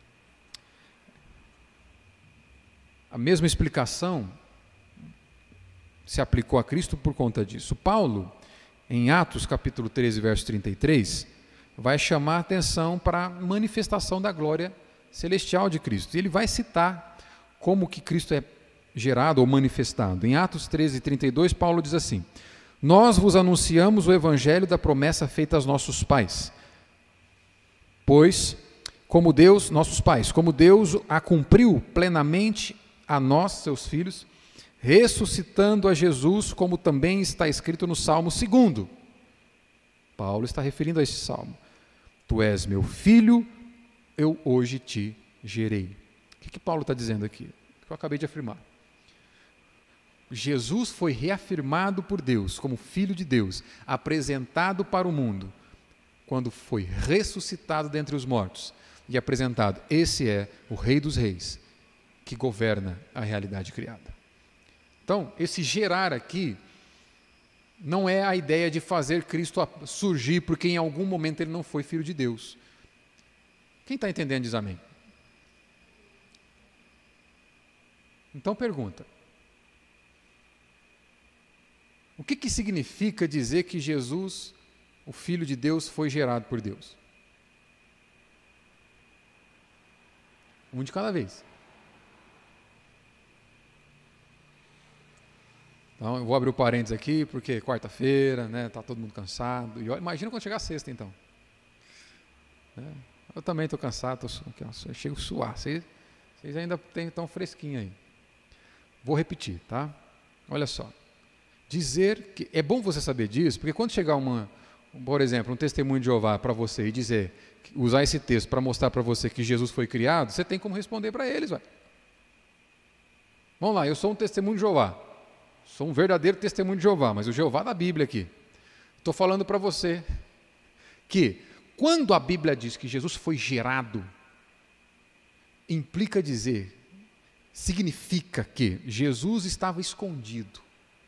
A mesma explicação se aplicou a Cristo por conta disso. Paulo, em Atos capítulo treze, verso trinta e três, vai chamar a atenção para a manifestação da glória celestial de Cristo. E ele vai citar como que Cristo é gerado ou manifestado. Em Atos treze, trinta e dois, Paulo diz assim: nós vos anunciamos o evangelho da promessa feita aos nossos pais, pois, como Deus, nossos pais, como Deus a cumpriu plenamente a nós, seus filhos, ressuscitando a Jesus, como também está escrito no Salmo segundo. Paulo está referindo a esse salmo. Tu és meu filho, eu hoje te gerei. O que, que Paulo está dizendo aqui? O que eu acabei de afirmar. Jesus foi reafirmado por Deus como Filho de Deus, apresentado para o mundo, quando foi ressuscitado dentre os mortos e apresentado. Esse é o Rei dos Reis, que governa a realidade criada. Então, esse gerar aqui não é a ideia de fazer Cristo surgir porque em algum momento ele não foi Filho de Deus. Quem está entendendo diz amém. Então pergunta: o que, que significa dizer que Jesus, o Filho de Deus, foi gerado por Deus? Um de cada vez. Então, eu vou abrir o parênteses aqui, porque é quarta-feira, né, está todo mundo cansado. E olha, imagina quando chegar a sexta, então. É, eu também estou cansado, tô, aqui, ó, eu chego a suar. Vocês, vocês ainda estão fresquinhos aí. Vou repetir, tá? Olha só. Dizer que... É bom você saber disso, porque quando chegar uma, por exemplo, um testemunho de Jeová para você e dizer, usar esse texto para mostrar para você que Jesus foi criado, você tem como responder para eles, vai. Vamos lá, eu sou um testemunho de Jeová. Sou um verdadeiro testemunho de Jeová, mas o Jeová da Bíblia aqui. Estou falando para você que quando a Bíblia diz que Jesus foi gerado, implica dizer, significa que Jesus estava escondido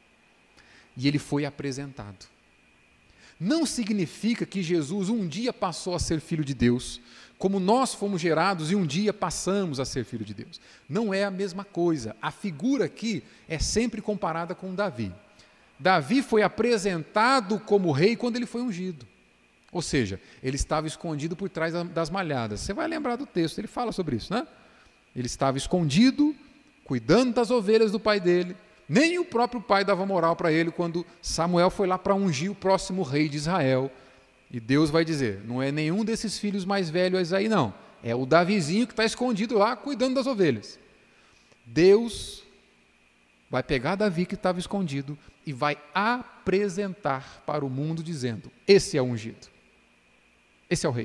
e ele foi apresentado. Não significa que Jesus um dia passou a ser filho de Deus, como nós fomos gerados e um dia passamos a ser filho de Deus. Não é a mesma coisa. A figura aqui é sempre comparada com Davi. Davi foi apresentado como rei quando ele foi ungido. Ou seja, ele estava escondido por trás das malhadas. Você vai lembrar do texto, ele fala sobre isso, né? Ele estava escondido, cuidando das ovelhas do pai dele. Nem o próprio pai dava moral para ele quando Samuel foi lá para ungir o próximo rei de Israel. E Deus vai dizer, não é nenhum desses filhos mais velhos aí não, é o Davizinho que está escondido lá cuidando das ovelhas. Deus vai pegar Davi que estava escondido e vai apresentar para o mundo dizendo, esse é o ungido, esse é o rei.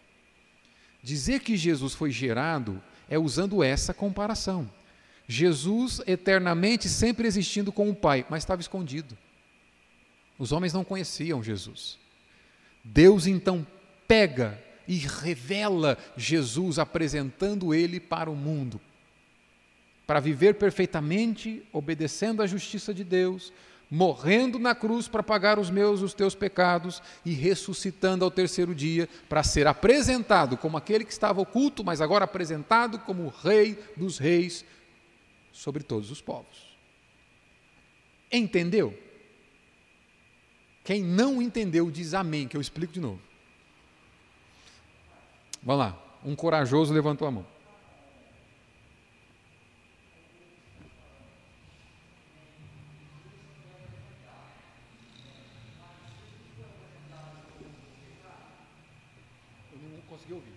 Dizer que Jesus foi gerado é usando essa comparação. Jesus eternamente sempre existindo com o Pai, mas estava escondido. Os homens não conheciam Jesus. Deus então pega e revela Jesus, apresentando ele para o mundo, para viver perfeitamente, obedecendo à justiça de Deus, morrendo na cruz para pagar os meus e os teus pecados e ressuscitando ao terceiro dia para ser apresentado como aquele que estava oculto, mas agora apresentado como o Rei dos Reis sobre todos os povos. Entendeu? Quem não entendeu diz amém, que eu explico de novo. Vamos lá, um corajoso levantou a mão. Eu não consegui ouvir.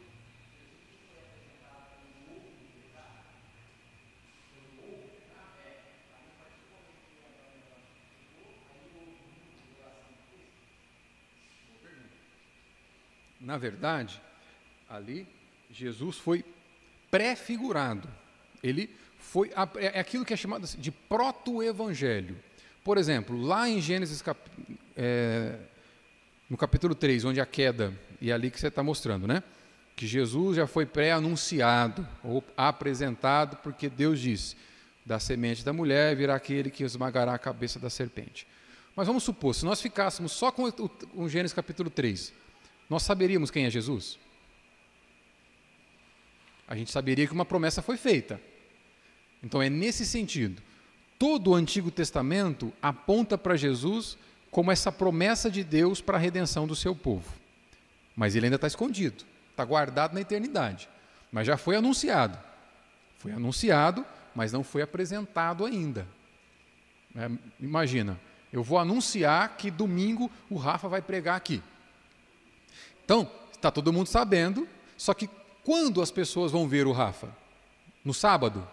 Na verdade, ali, Jesus foi prefigurado. Ele foi, é aquilo que é chamado de proto-evangelho. Por exemplo, lá em Gênesis, é, no capítulo três, onde a queda, e é ali que você está mostrando, né? Que Jesus já foi pré-anunciado, ou apresentado, porque Deus disse, da semente da mulher virá aquele que esmagará a cabeça da serpente. Mas vamos supor, se nós ficássemos só com o, o Gênesis capítulo três, nós saberíamos quem é Jesus? A gente saberia que uma promessa foi feita. Então é nesse sentido. Todo o Antigo Testamento aponta para Jesus como essa promessa de Deus para a redenção do seu povo. Mas ele ainda está escondido, está guardado na eternidade. Mas já foi anunciado. Foi anunciado, mas não foi apresentado ainda. É, imagina, eu vou anunciar que domingo o Rafa vai pregar aqui. Então, está todo mundo sabendo, só que quando as pessoas vão ver o Rafa? No sábado?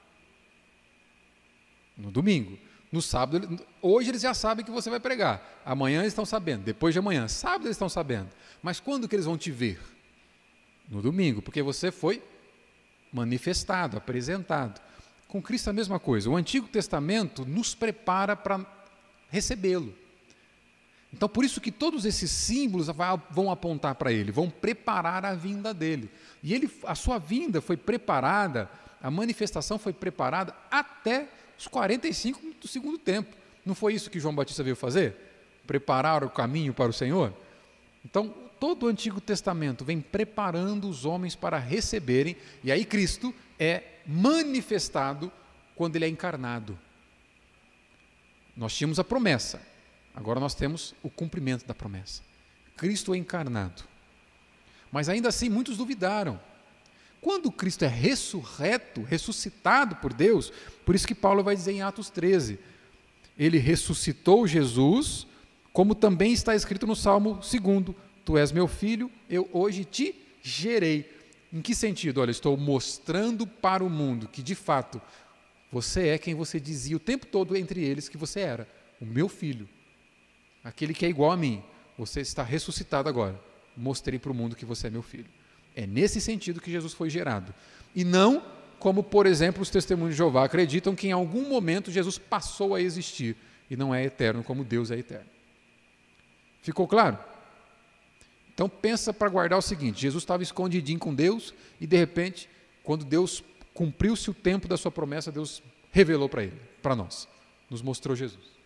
No domingo. No sábado, hoje eles já sabem que você vai pregar. Amanhã eles estão sabendo, depois de amanhã. Sábado eles estão sabendo. Mas quando que eles vão te ver? No domingo, porque você foi manifestado, apresentado. Com Cristo a mesma coisa. O Antigo Testamento nos prepara para recebê-lo. Então, por isso que todos esses símbolos vão apontar para ele, vão preparar a vinda dele. E ele, a sua vinda foi preparada, a manifestação foi preparada até os quarenta e cinco do segundo tempo. Não foi isso que João Batista veio fazer? Preparar o caminho para o Senhor? Então, todo o Antigo Testamento vem preparando os homens para receberem, e aí Cristo é manifestado quando ele é encarnado. Nós tínhamos a promessa, agora nós temos o cumprimento da promessa. Cristo é encarnado. Mas ainda assim muitos duvidaram. Quando Cristo é ressurreto, ressuscitado por Deus, por isso que Paulo vai dizer em Atos treze, ele ressuscitou Jesus, como também está escrito no Salmo dois, tu és meu filho, eu hoje te gerei. Em que sentido? Olha, estou mostrando para o mundo que, de fato, você é quem você dizia o tempo todo entre eles que você era, o meu filho, aquele que é igual a mim. Você está ressuscitado agora. Mostrei para o mundo que você é meu filho. É nesse sentido que Jesus foi gerado. E não como, por exemplo, os testemunhos de Jeová acreditam que em algum momento Jesus passou a existir e não é eterno como Deus é eterno. Ficou claro? Então pensa para guardar o seguinte, Jesus estava escondidinho com Deus e de repente, quando Deus cumpriu-se o tempo da sua promessa, Deus revelou para ele, para nós, nos mostrou Jesus.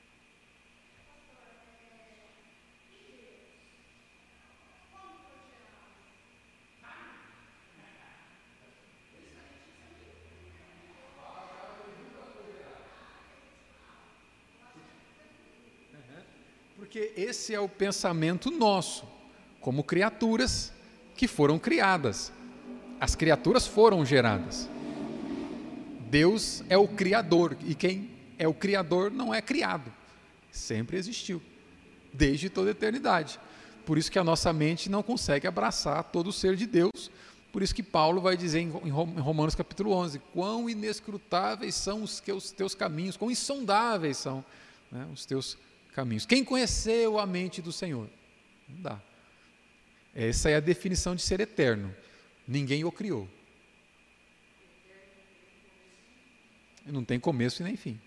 Porque esse é o pensamento nosso, como criaturas que foram criadas. As criaturas foram geradas. Deus é o Criador, e quem é o Criador não é criado. Sempre existiu, desde toda a eternidade. Por isso que a nossa mente não consegue abraçar todo o ser de Deus. Por isso que Paulo vai dizer em Romanos capítulo onze, quão inescrutáveis são os teus caminhos, quão insondáveis são, né, os teus caminhos. Quem conheceu a mente do Senhor? Não dá. Essa é a definição de ser eterno. Ninguém o criou. Não tem começo e nem fim.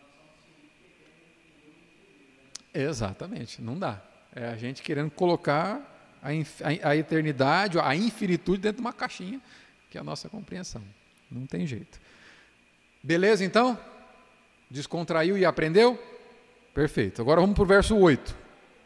Exatamente, não dá. É a gente querendo colocar a, a, a eternidade, a infinitude dentro de uma caixinha, que é a nossa compreensão. Não tem jeito. Beleza, então? Descontraiu e aprendeu? Perfeito. Agora vamos para o verso oito.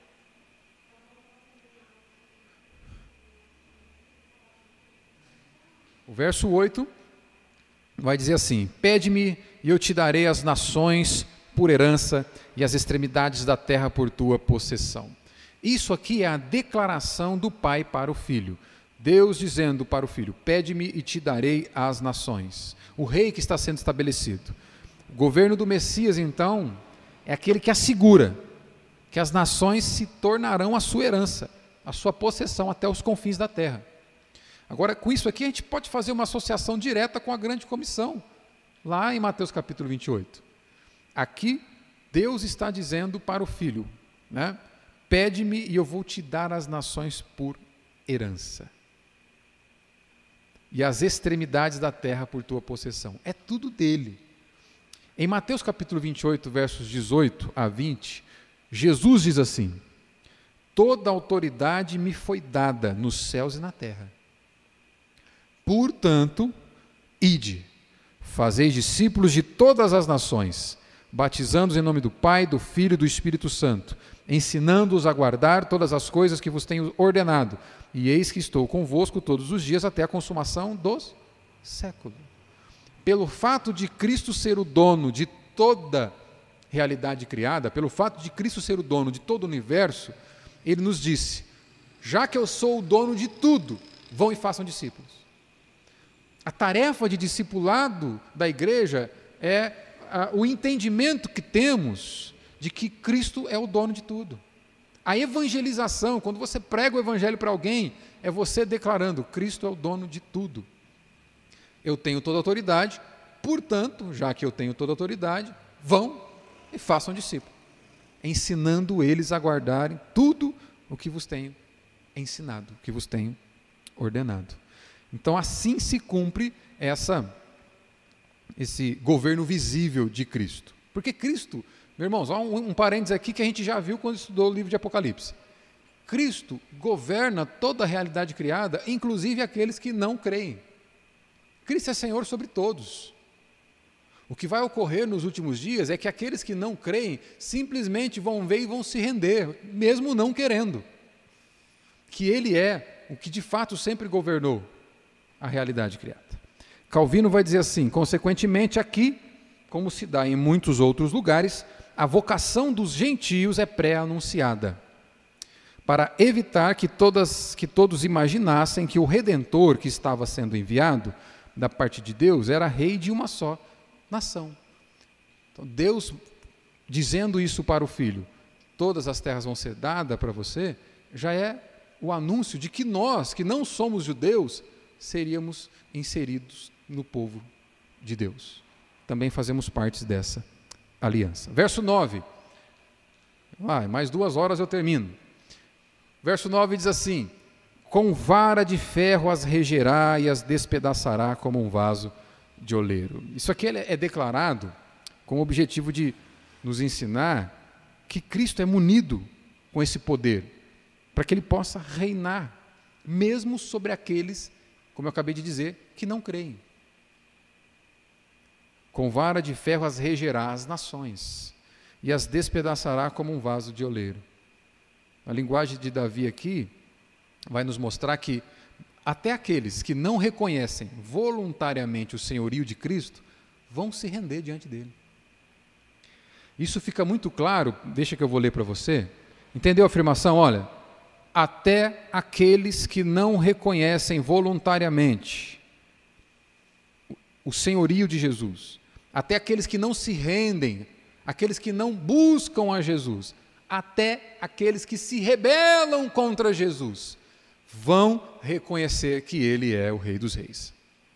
O verso oito vai dizer assim: pede-me e eu te darei as nações por herança e as extremidades da terra por tua possessão. Isso aqui é a declaração do pai para o filho. Deus dizendo para o filho: pede-me e te darei as nações. O rei que está sendo estabelecido. O governo do Messias, então, é aquele que assegura que as nações se tornarão a sua herança, a sua possessão até os confins da terra. Agora, com isso aqui, a gente pode fazer uma associação direta com a grande comissão, lá em Mateus capítulo vinte e oito. Aqui, Deus está dizendo para o filho, né? Pede-me e eu vou te dar as nações por herança. E as extremidades da terra por tua possessão. É tudo dele. Em Mateus capítulo vinte e oito, versos dezoito a vinte, Jesus diz assim: toda autoridade me foi dada nos céus e na terra. Portanto, ide, fazei discípulos de todas as nações, batizando-os em nome do Pai, do Filho e do Espírito Santo, ensinando-os a guardar todas as coisas que vos tenho ordenado, e eis que estou convosco todos os dias até a consumação dos séculos. Pelo fato de Cristo ser o dono de toda realidade criada, pelo fato de Cristo ser o dono de todo o universo, ele nos disse: já que eu sou o dono de tudo, vão e façam discípulos. A tarefa de discipulado da igreja é a, o entendimento que temos de que Cristo é o dono de tudo. A evangelização, quando você prega o evangelho para alguém, é você declarando: Cristo é o dono de tudo. Eu tenho toda a autoridade, portanto, já que eu tenho toda a autoridade, vão e façam discípulos, ensinando eles a guardarem tudo o que vos tenho ensinado, o que vos tenho ordenado. Então, assim se cumpre essa, esse governo visível de Cristo. Porque Cristo, meus irmãos, há um, um parênteses aqui que a gente já viu quando estudou o livro de Apocalipse. Cristo governa toda a realidade criada, inclusive aqueles que não creem. Cristo é Senhor sobre todos. O que vai ocorrer nos últimos dias é que aqueles que não creem simplesmente vão ver e vão se render, mesmo não querendo. Que Ele é o que de fato sempre governou a realidade criada. Calvino vai dizer assim: consequentemente, aqui, como se dá em muitos outros lugares, a vocação dos gentios é pré-anunciada, para evitar que, todas, que todos imaginassem que o Redentor que estava sendo enviado da parte de Deus era rei de uma só nação. Então, Deus dizendo isso para o Filho: todas as terras vão ser dadas para você, já é o anúncio de que nós, que não somos judeus, seríamos inseridos no povo de Deus. Também fazemos parte dessa aliança. Verso nove. Ah, mais duas horas eu termino. Verso nove diz assim: com vara de ferro as regerá e as despedaçará como um vaso de oleiro. Isso aqui é declarado com o objetivo de nos ensinar que Cristo é munido com esse poder, para que Ele possa reinar, mesmo sobre aqueles, como eu acabei de dizer, que não creem. Com vara de ferro as regerá as nações, e as despedaçará como um vaso de oleiro. A linguagem de Davi aqui vai nos mostrar que até aqueles que não reconhecem voluntariamente o senhorio de Cristo vão se render diante dele. Isso fica muito claro, deixa que eu vou ler para você. Entendeu a afirmação? Olha, até aqueles que não reconhecem voluntariamente o senhorio de Jesus, até aqueles que não se rendem, aqueles que não buscam a Jesus, até aqueles que se rebelam contra Jesus, vão reconhecer que Ele é o Rei dos Reis.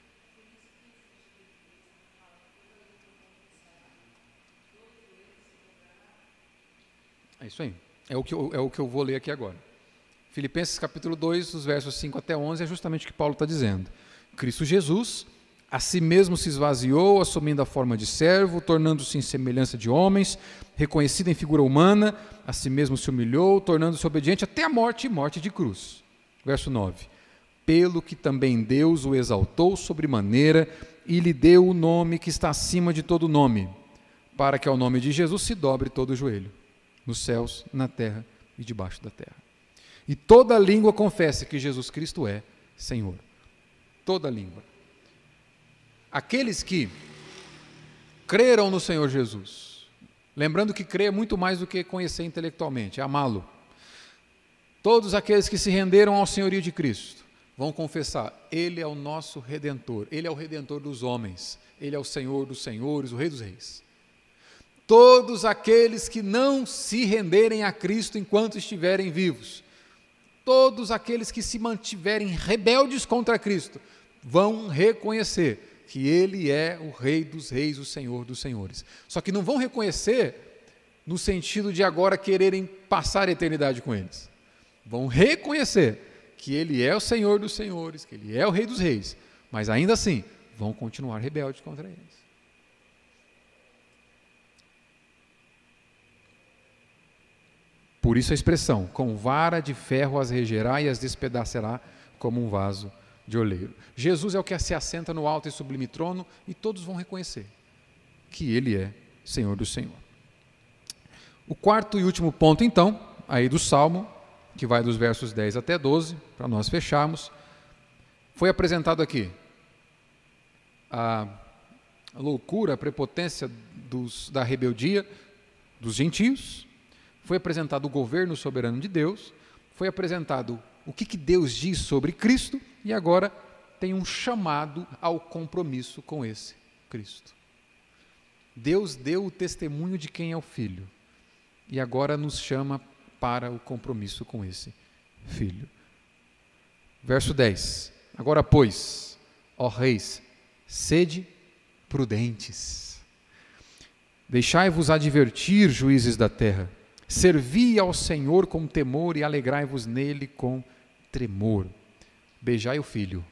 É isso aí. É o que eu, é o que eu vou ler aqui agora. Filipenses capítulo dois, dos versos cinco até onze, é justamente o que Paulo está dizendo. Cristo Jesus, a si mesmo se esvaziou, assumindo a forma de servo, tornando-se em semelhança de homens, reconhecido em figura humana, a si mesmo se humilhou, tornando-se obediente até a morte e morte de cruz. Verso nove. Pelo que também Deus o exaltou sobremaneira e lhe deu o nome que está acima de todo nome, para que ao nome de Jesus se dobre todo o joelho, nos céus, na terra e debaixo da terra. E toda língua confesse que Jesus Cristo é Senhor. Toda língua. Aqueles que creram no Senhor Jesus, lembrando que crer é muito mais do que conhecer intelectualmente, é amá-lo. Todos aqueles que se renderam ao senhorio de Cristo vão confessar: Ele é o nosso Redentor, Ele é o Redentor dos homens, Ele é o Senhor dos senhores, o Rei dos reis. Todos aqueles que não se renderem a Cristo enquanto estiverem vivos, todos aqueles que se mantiverem rebeldes contra Cristo, vão reconhecer que Ele é o Rei dos reis, o Senhor dos senhores. Só que não vão reconhecer no sentido de agora quererem passar a eternidade com eles. Vão reconhecer que Ele é o Senhor dos senhores, que Ele é o Rei dos reis, mas ainda assim vão continuar rebeldes contra eles. Por isso a expressão: com vara de ferro as regerá e as despedaçará como um vaso de oleiro. Jesus é o que se assenta no alto e sublime trono, e todos vão reconhecer que Ele é Senhor do Senhor. O quarto e último ponto, então, aí do Salmo, que vai dos versos dez até doze, para nós fecharmos, foi apresentado aqui a loucura, a prepotência dos, da rebeldia dos gentios, foi apresentado o governo soberano de Deus, foi apresentado o que, que Deus diz sobre Cristo, e agora tem um chamado ao compromisso com esse Cristo. Deus deu o testemunho de quem é o Filho e agora nos chama para o compromisso com esse Filho. Verso dez. Agora, pois, ó reis, sede prudentes. Deixai-vos advertir, juízes da terra. Servi ao Senhor com temor e alegrai-vos nele com tremor. Beijai o Filho.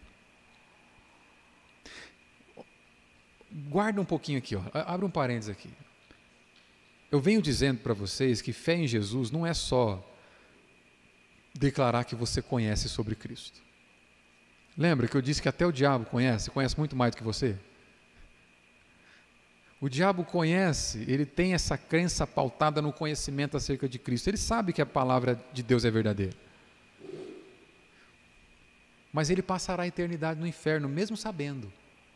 Guarda um pouquinho aqui, ó. Abre um parênteses aqui. Eu venho dizendo para vocês que fé em Jesus não é só declarar que você conhece sobre Cristo. Lembra que eu disse que até o diabo conhece, conhece muito mais do que você? O diabo conhece, ele tem essa crença pautada no conhecimento acerca de Cristo. Ele sabe que a palavra de Deus é verdadeira. Mas ele passará a eternidade no inferno, mesmo sabendo.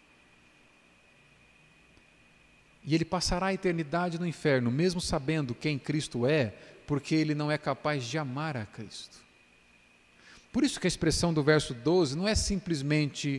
E ele passará a eternidade no inferno, mesmo sabendo quem Cristo é, porque ele não é capaz de amar a Cristo. Por isso que a expressão do verso doze não é simplesmente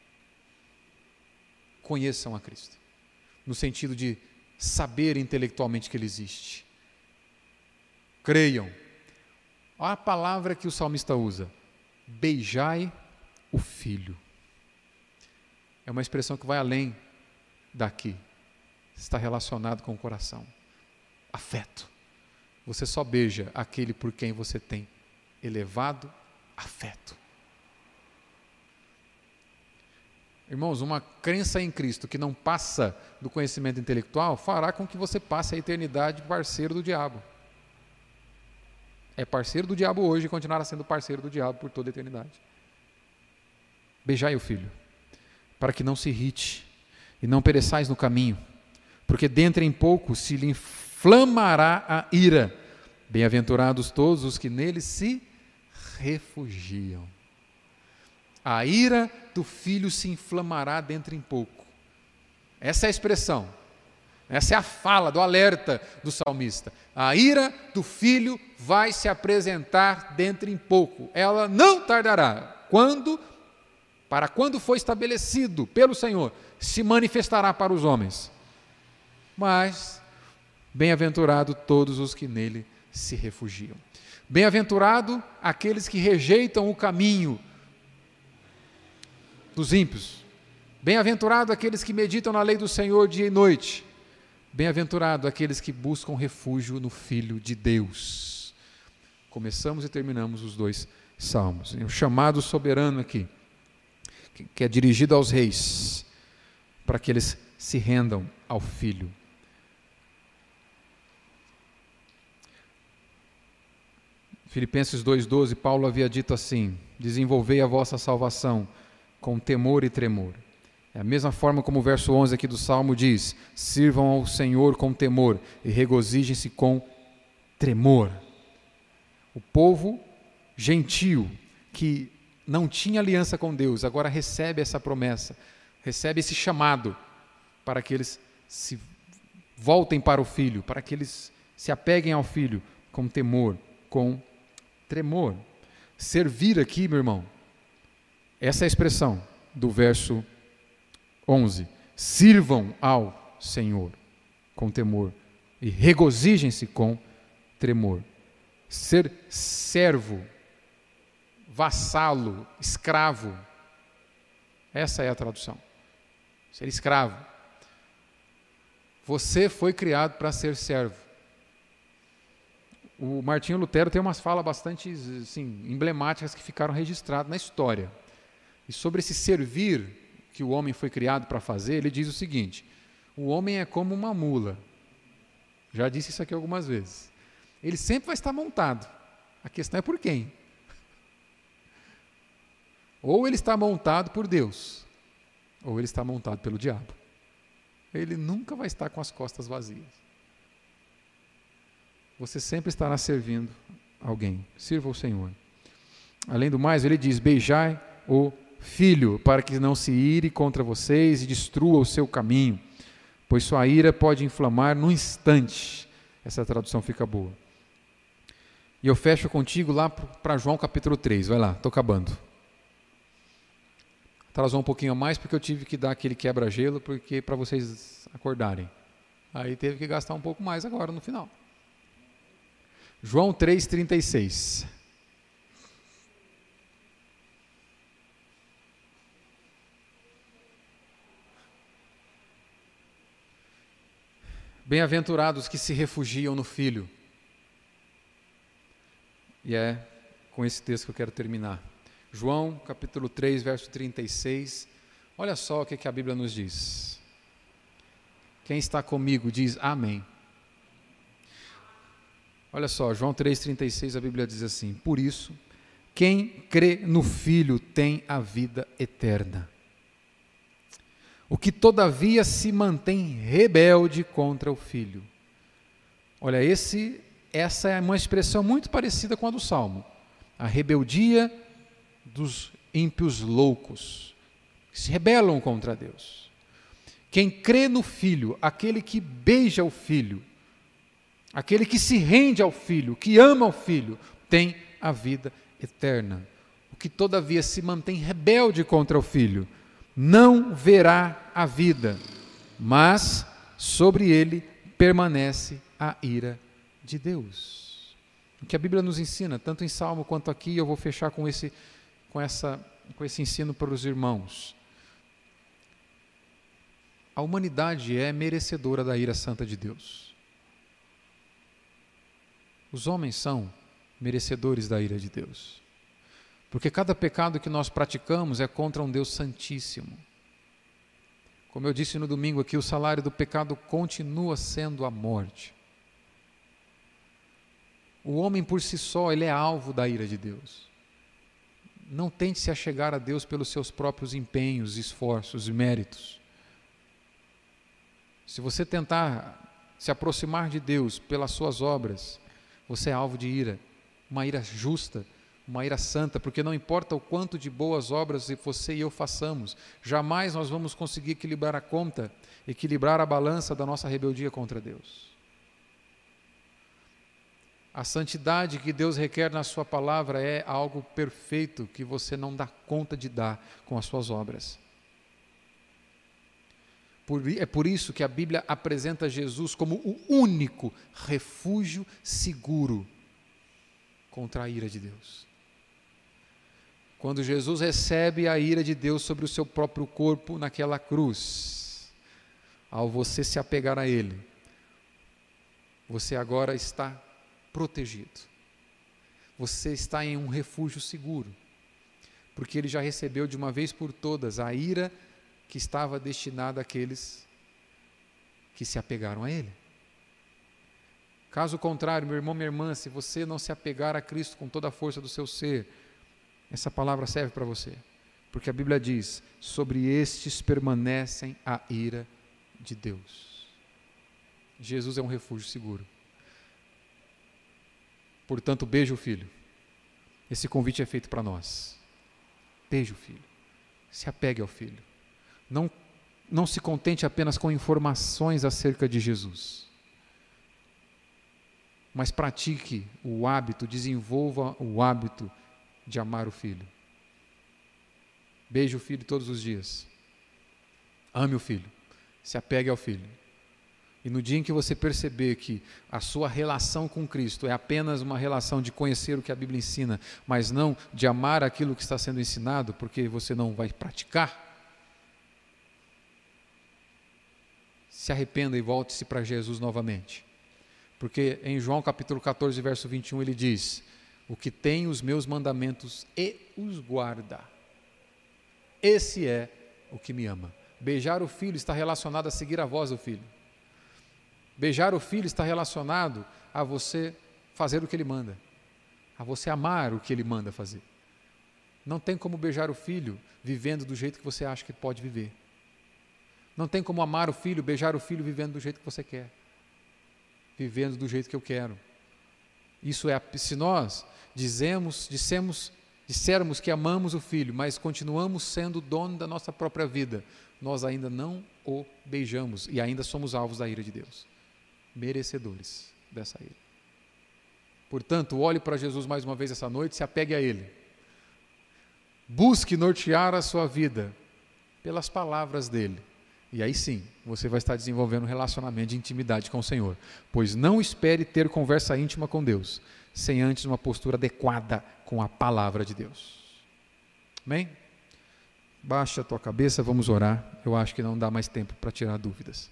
conheçam a Cristo, no sentido de saber intelectualmente que ele existe. Creiam. Olha a palavra que o salmista usa: beijai o Filho. É uma expressão que vai além daqui. Está relacionado com o coração. Afeto. Você só beija aquele por quem você tem elevado afeto. Irmãos, uma crença em Cristo que não passa do conhecimento intelectual fará com que você passe a eternidade parceiro do diabo. É parceiro do diabo hoje e continuará sendo parceiro do diabo por toda a eternidade. Beijai o Filho, para que não se irrite e não pereçais no caminho, porque dentro em pouco se lhe inflamará a ira. Bem-aventurados todos os que nele se refugiam. A ira do Filho se inflamará dentro em pouco. Essa é a expressão, essa é a fala do alerta do salmista. A ira do Filho vai se apresentar dentro em pouco. Ela não tardará. Quando, para quando for estabelecido pelo Senhor, se manifestará para os homens. Mas, bem-aventurado todos os que nele se refugiam. Bem-aventurado aqueles que rejeitam o caminho dos ímpios. Bem-aventurado aqueles que meditam na lei do Senhor dia e noite. Bem-aventurado aqueles que buscam refúgio no Filho de Deus. Começamos e terminamos os dois salmos. O chamado soberano aqui, que é dirigido aos reis, para que eles se rendam ao Filho. Filipenses dois, doze, Paulo havia dito assim: desenvolvei a vossa salvação com temor e tremor. É a mesma forma como o verso onze aqui do Salmo diz: sirvam ao Senhor com temor e regozijem-se com tremor. O povo gentio, que não tinha aliança com Deus, agora recebe essa promessa, recebe esse chamado para que eles se voltem para o Filho, para que eles se apeguem ao Filho com temor, com tremor. Servir aqui, meu irmão, essa é a expressão do verso onze. Sirvam ao Senhor com temor e regozijem-se com tremor. Ser servo, vassalo, escravo, essa é a tradução. Ser escravo. Você foi criado para ser servo. O Martinho Lutero tem umas falas bastante assim, emblemáticas que ficaram registradas na história. E sobre esse servir que o homem foi criado para fazer, ele diz o seguinte: o homem é como uma mula. Já disse isso aqui algumas vezes. Ele sempre vai estar montado. A questão é por quem? Ou ele está montado por Deus, ou ele está montado pelo diabo. Ele nunca vai estar com as costas vazias. Você sempre estará servindo alguém. Sirva o Senhor. Além do mais, ele diz: beijai o Filho, para que não se ire contra vocês e destrua o seu caminho, pois sua ira pode inflamar num instante. Essa tradução fica boa. E eu fecho contigo lá para João capítulo três. Vai lá, estou acabando. Atrasou um pouquinho a mais porque eu tive que dar aquele quebra-gelo porque para vocês acordarem. Aí teve que gastar um pouco mais agora no final. João três, trinta e seis. Bem-aventurados que se refugiam no Filho. E é com esse texto que eu quero terminar. João, capítulo três, verso trinta e seis. Olha só o que, que a Bíblia nos diz. Quem está comigo diz amém. Olha só, João três, trinta e seis, a Bíblia diz assim: por isso, quem crê no Filho tem a vida eterna. O que todavia se mantém rebelde contra o Filho. Olha, esse, essa é uma expressão muito parecida com a do Salmo. A rebeldia dos ímpios loucos, que se rebelam contra Deus. Quem crê no Filho, aquele que beija o Filho, aquele que se rende ao Filho, que ama o Filho, tem a vida eterna. O que todavia se mantém rebelde contra o Filho, não verá a vida, mas sobre ele permanece a ira de Deus. O que a Bíblia nos ensina, tanto em Salmo quanto aqui, eu vou fechar com esse, com essa, com esse ensino para os irmãos. A humanidade é merecedora da ira santa de Deus. Os homens são merecedores da ira de Deus. Porque cada pecado que nós praticamos é contra um Deus santíssimo. Como eu disse no domingo aqui, o salário do pecado continua sendo a morte. O homem por si só, ele é alvo da ira de Deus. Não tente se achegar a Deus pelos seus próprios empenhos, esforços e méritos. Se você tentar se aproximar de Deus pelas suas obras, você é alvo de ira, uma ira justa, uma ira santa, porque não importa o quanto de boas obras você e eu façamos, jamais nós vamos conseguir equilibrar a conta, equilibrar a balança da nossa rebeldia contra Deus. A santidade que Deus requer na sua palavra é algo perfeito que você não dá conta de dar com as suas obras. Por, é por isso que a Bíblia apresenta Jesus como o único refúgio seguro contra a ira de Deus. Quando Jesus recebe a ira de Deus sobre o seu próprio corpo naquela cruz, ao você se apegar a Ele, você agora está protegido. Você está em um refúgio seguro, porque Ele já recebeu de uma vez por todas a ira que estava destinada àqueles que se apegaram a Ele. Caso contrário, meu irmão, minha irmã, se você não se apegar a Cristo com toda a força do seu ser, essa palavra serve para você, porque a Bíblia diz: sobre estes permanecem a ira de Deus. Jesus é um refúgio seguro. Portanto, beije o Filho. Esse convite é feito para nós. Beije o Filho. Se apegue ao Filho. Não, não se contente apenas com informações acerca de Jesus, mas pratique o hábito, desenvolva o hábito de amar o Filho. Beije o Filho todos os dias. Ame o Filho. Se apegue ao Filho. E no dia em que você perceber que a sua relação com Cristo é apenas uma relação de conhecer o que a Bíblia ensina, mas não de amar aquilo que está sendo ensinado, porque você não vai praticar, se arrependa e volte-se para Jesus novamente. Porque em João capítulo catorze, verso vinte e um, ele diz: o que tem os meus mandamentos e os guarda, esse é o que me ama. Beijar o Filho está relacionado a seguir a voz do Filho. Beijar o Filho está relacionado a você fazer o que Ele manda, a você amar o que Ele manda fazer. Não tem como beijar o Filho vivendo do jeito que você acha que pode viver. Não tem como amar o Filho, beijar o Filho vivendo do jeito que você quer, vivendo do jeito que eu quero. Isso é, se nós dizemos, dissemos, dissermos que amamos o Filho, mas continuamos sendo dono da nossa própria vida, nós ainda não o beijamos e ainda somos alvos da ira de Deus, merecedores dessa ira. Portanto, olhe para Jesus mais uma vez essa noite, se apegue a Ele. Busque nortear a sua vida pelas palavras dele. E aí sim, você vai estar desenvolvendo um relacionamento de intimidade com o Senhor. Pois não espere ter conversa íntima com Deus, sem antes uma postura adequada com a palavra de Deus. Amém? Baixa a tua cabeça, vamos orar. Eu acho que não dá mais tempo para tirar dúvidas.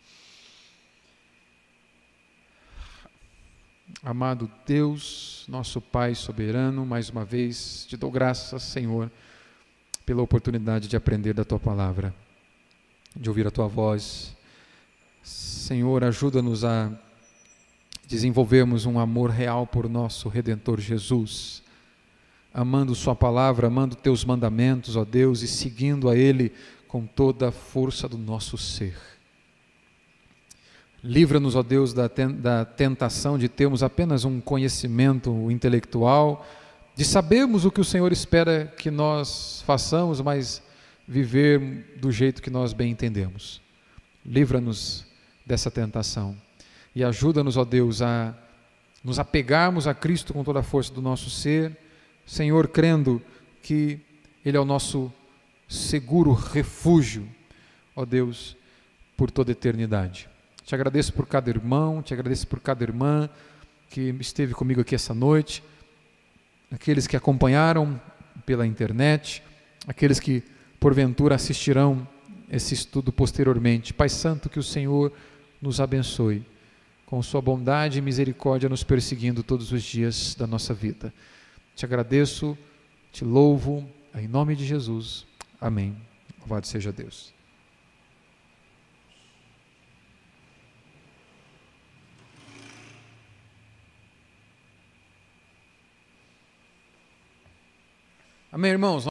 Amado Deus, nosso Pai soberano, mais uma vez te dou graças, Senhor, pela oportunidade de aprender da tua palavra, de ouvir a tua voz. Senhor, ajuda-nos a desenvolvermos um amor real por nosso Redentor Jesus, amando sua palavra, amando teus mandamentos, ó Deus, e seguindo a Ele com toda a força do nosso ser. Livra-nos, ó Deus, da tentação de termos apenas um conhecimento intelectual, de sabermos o que o Senhor espera que nós façamos, mas viver do jeito que nós bem entendemos. Livra-nos dessa tentação e ajuda-nos, ó Deus, a nos apegarmos a Cristo com toda a força do nosso ser, Senhor, crendo que Ele é o nosso seguro refúgio, ó Deus, por toda a eternidade. Te agradeço por cada irmão, te agradeço por cada irmã que esteve comigo aqui essa noite, aqueles que acompanharam pela internet, aqueles que porventura assistirão esse estudo posteriormente. Pai Santo, que o Senhor nos abençoe, com sua bondade e misericórdia nos perseguindo todos os dias da nossa vida. Te agradeço, te louvo, em nome de Jesus. Amém. Louvado seja Deus. Amém, irmãos?